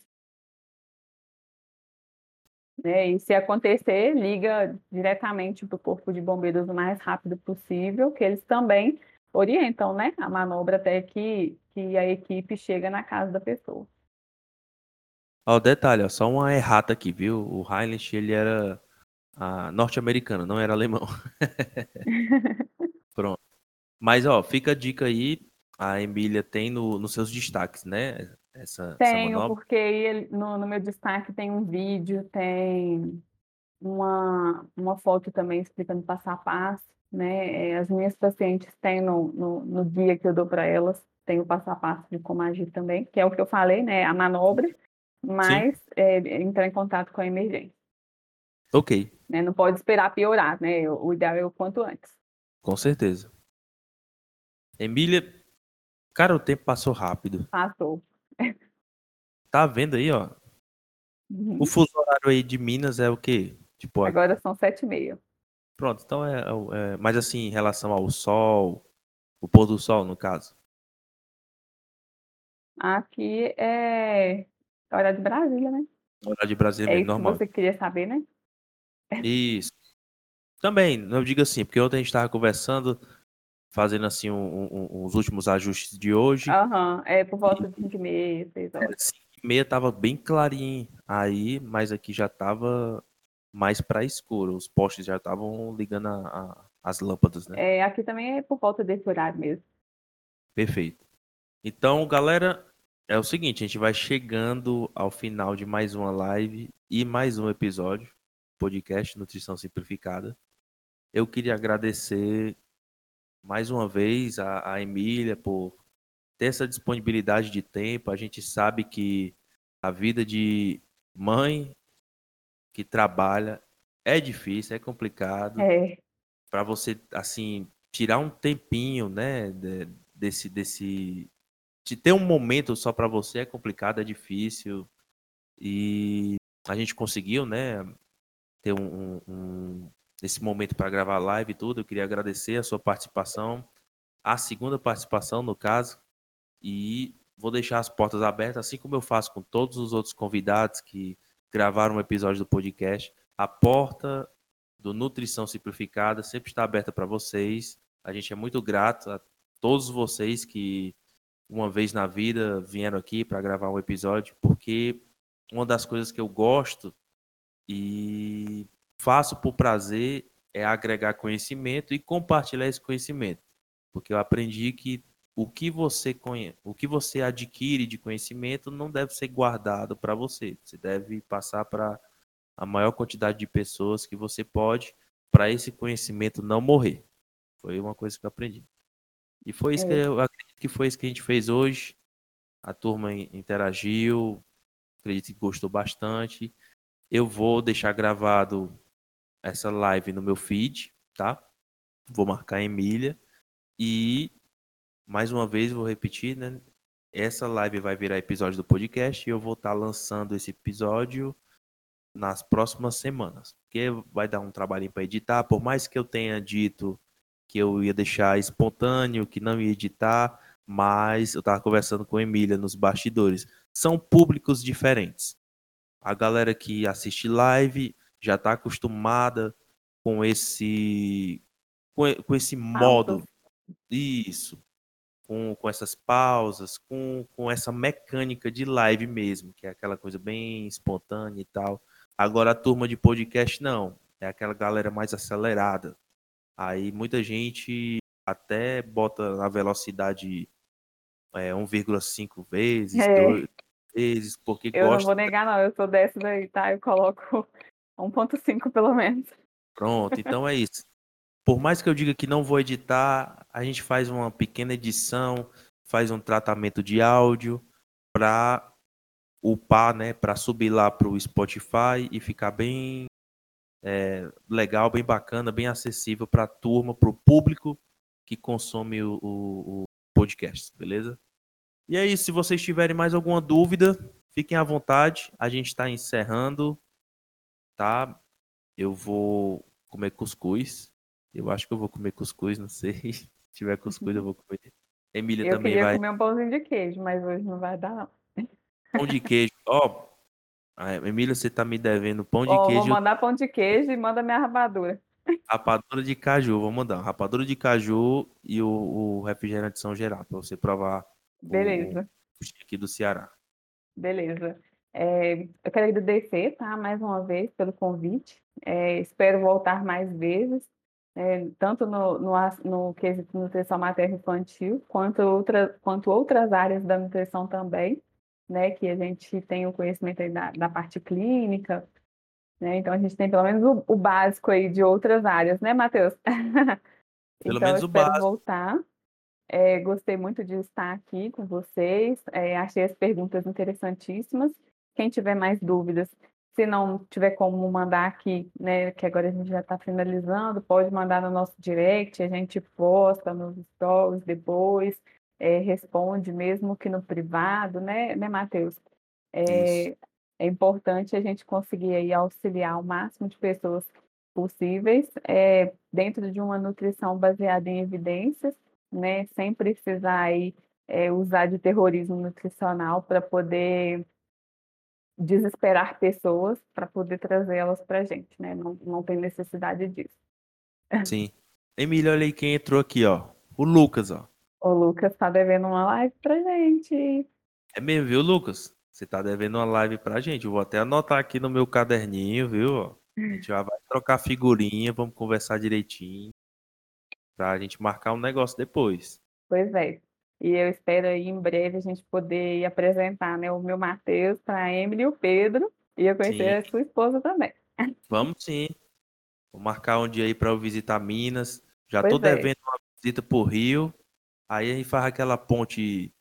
Né? E se acontecer, liga diretamente para o Corpo de Bombeiros o mais rápido possível, que eles também orientam, né, a manobra até que a equipe chega na casa da pessoa. Ó, detalhe, ó, só uma errata aqui, viu? O Heinrich, ele era norte-americano, não era alemão. Pronto. Mas, ó, fica a dica aí. A Emília tem nos seus destaques, né? Essa Tenho, manobra. porque no meu destaque tem um vídeo, tem uma foto também explicando passo a passo, né? As minhas pacientes têm no guia que eu dou para elas, tem o passo a passo de como agir também, que é o que eu falei, né? A manobra, Sim? mas entrar em contato com a emergência, Ok, né? Não pode esperar piorar, né? O ideal é o quanto antes. com certeza. Emília, cara, o tempo passou rápido. Passou. Tá vendo aí, ó? O Uhum. fuso horário aí de Minas é o quê? Tipo, Agora são 7h30. pronto, então mas assim, em relação ao sol, o pôr do sol, no caso. Aqui é hora de Brasília, né? O horário de Brasília É mesmo, isso que normal. você queria saber, né? Isso. Também, não digo assim, porque ontem a gente estava conversando, fazendo assim uns últimos ajustes de hoje. Aham, é por E volta de 5h30, 6 horas. 5h30 tava bem clarinho aí, mas aqui já tava mais para escuro. Os postes já estavam ligando as lâmpadas, né? Aqui também é por volta desse horário mesmo. Perfeito. Então, galera, é o seguinte, a gente vai chegando ao final de mais uma live e mais um episódio, podcast Nutrição Simplificada. Eu queria agradecer mais uma vez a Emília por ter essa disponibilidade de tempo. A gente sabe que a vida de mãe que trabalha é difícil, é complicado. É, Para você, assim, tirar um tempinho, né, de ter um momento só para você é complicado, é difícil. E a gente conseguiu, né, ter esse momento para gravar live e tudo. Eu queria agradecer a sua participação, a segunda participação, no caso, e vou deixar as portas abertas, assim como eu faço com todos os outros convidados que gravaram um episódio do podcast. A porta do Nutrição Simplificada sempre está aberta para vocês. A gente é muito grato a todos vocês que uma vez na vida vieram aqui para gravar um episódio, porque uma das coisas que eu gosto e faço por prazer é agregar conhecimento e compartilhar esse conhecimento, porque eu aprendi que o que você adquire de conhecimento não deve ser guardado para você, você deve passar para a maior quantidade de pessoas que você pode, para esse conhecimento não morrer. Foi uma coisa que eu aprendi. E foi isso que é, eu acredito que foi isso que a gente fez hoje. A turma interagiu, acredito que gostou bastante. Eu vou deixar gravado essa live no meu feed, tá? Vou marcar a Emília. E, mais uma vez, vou repetir, né? Essa live vai virar episódio do podcast e eu vou estar lançando esse episódio nas próximas semanas. Porque vai dar um trabalhinho para editar. Por mais que eu tenha dito que eu ia deixar espontâneo, que não ia editar, mas eu estava conversando com a Emília nos bastidores. São públicos diferentes. A galera que assiste live já está acostumada com esse Pausas. modo, isso, com essas pausas, com essa mecânica de live mesmo, que é aquela coisa bem espontânea e tal. Agora a turma de podcast não, é aquela galera mais acelerada. Aí muita gente até bota na velocidade 1,5 vezes, É, 2 vezes, porque eu não vou gosta. negar, não. Eu sou dessas aí, tá? Eu coloco 1,5 pelo menos. Pronto, então é isso. Por mais que eu diga que não vou editar, a gente faz uma pequena edição, faz um tratamento de áudio para upar, né, para subir lá para o Spotify e ficar bem legal, bem bacana, bem acessível para a turma, para o público que consome o podcast, beleza? E é isso. Se vocês tiverem mais alguma dúvida, fiquem à vontade. A gente está encerrando, tá? Eu vou comer cuscuz. Eu acho que eu vou comer cuscuz, não sei. Se tiver cuscuz, eu vou comer. Emília Eu também queria vai. comer um pãozinho de queijo, mas hoje não vai dar, não. Pão de queijo. Ó, Emília, você tá me devendo pão de Ó, vou queijo, mandar pão de queijo e manda minha rapadura. rapadura de caju. Vou mandar rapadura de caju e o refrigerante São Geraldo, para você provar o Beleza, aqui do Ceará. beleza. Eu quero agradecer, tá, mais uma vez pelo convite. Espero voltar mais vezes, tanto no quesito nutrição materna infantil, quanto outras áreas da nutrição também, né, que a gente tem o conhecimento aí da parte clínica, né, então a gente tem pelo menos o básico aí de outras áreas, né, Matheus? Pelo Então, eu menos o espero básico. voltar. Gostei muito de estar aqui com vocês. Achei as perguntas interessantíssimas. Quem tiver mais dúvidas, se não tiver como mandar aqui, né, que agora a gente já está finalizando, pode mandar no nosso direct, a gente posta nos stories depois, responde mesmo que no privado, né, Matheus? Isso. É, é importante a gente conseguir aí auxiliar o máximo de pessoas possíveis, dentro de uma nutrição baseada em evidências, né, sem precisar aí, usar de terrorismo nutricional para poder desesperar pessoas, para poder trazê-las para a gente, né? Não, não tem necessidade disso. Sim. Emília, olha aí quem entrou aqui, ó. O Lucas, ó. O Lucas está devendo uma live para gente. É mesmo, viu, Lucas? Você tá devendo uma live pra gente. Eu vou até anotar aqui no meu caderninho, viu? Ó. A gente já vai trocar figurinha, vamos conversar direitinho, pra gente marcar um negócio depois. Pois é. E eu espero aí em breve a gente poder ir apresentar, né, o meu Matheus para a Emily e o Pedro, e eu conhecer Sim, a sua esposa também. vamos sim. Vou marcar um dia aí pra eu visitar Minas. Já tô Pois é. devendo uma visita pro Rio. Aí a gente faz aquela ponte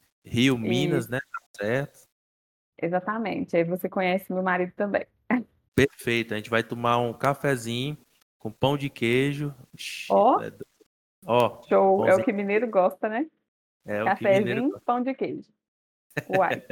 E Rio-Minas, né? Tá certo? exatamente. Aí você conhece meu marido também. Perfeito. A gente vai tomar um cafezinho com pão de queijo. Ixi, Ó, ó, show. É o pãozinho. que mineiro gosta, né? É o que mineiro Cafezinho, gosta. pão de queijo. Uai.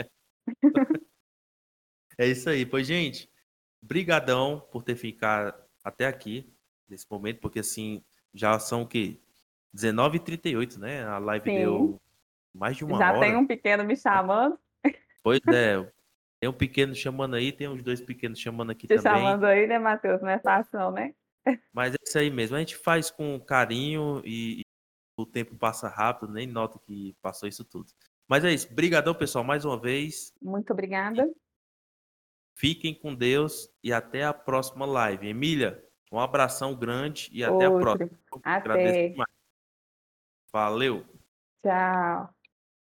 É isso aí. Pois, gente, brigadão por ter ficado até aqui, nesse momento, porque assim, já são o quê? 19h38, né? A live Sim. deu mais de uma Já tem hora. um pequeno me chamando, Pois é, tem um pequeno chamando aí, tem uns dois pequenos chamando aqui te também. chamando aí, né, Matheus? Não é fácil, não, né? Mas é isso aí mesmo. A gente faz com carinho e o tempo passa rápido, nem noto que passou isso tudo. Mas é isso. Brigadão, pessoal, mais uma vez. Muito obrigada. Fiquem com Deus e até a próxima live. Emília, um abração grande e até a próxima. Outro. Agradeço Até. demais. Valeu! Tchau.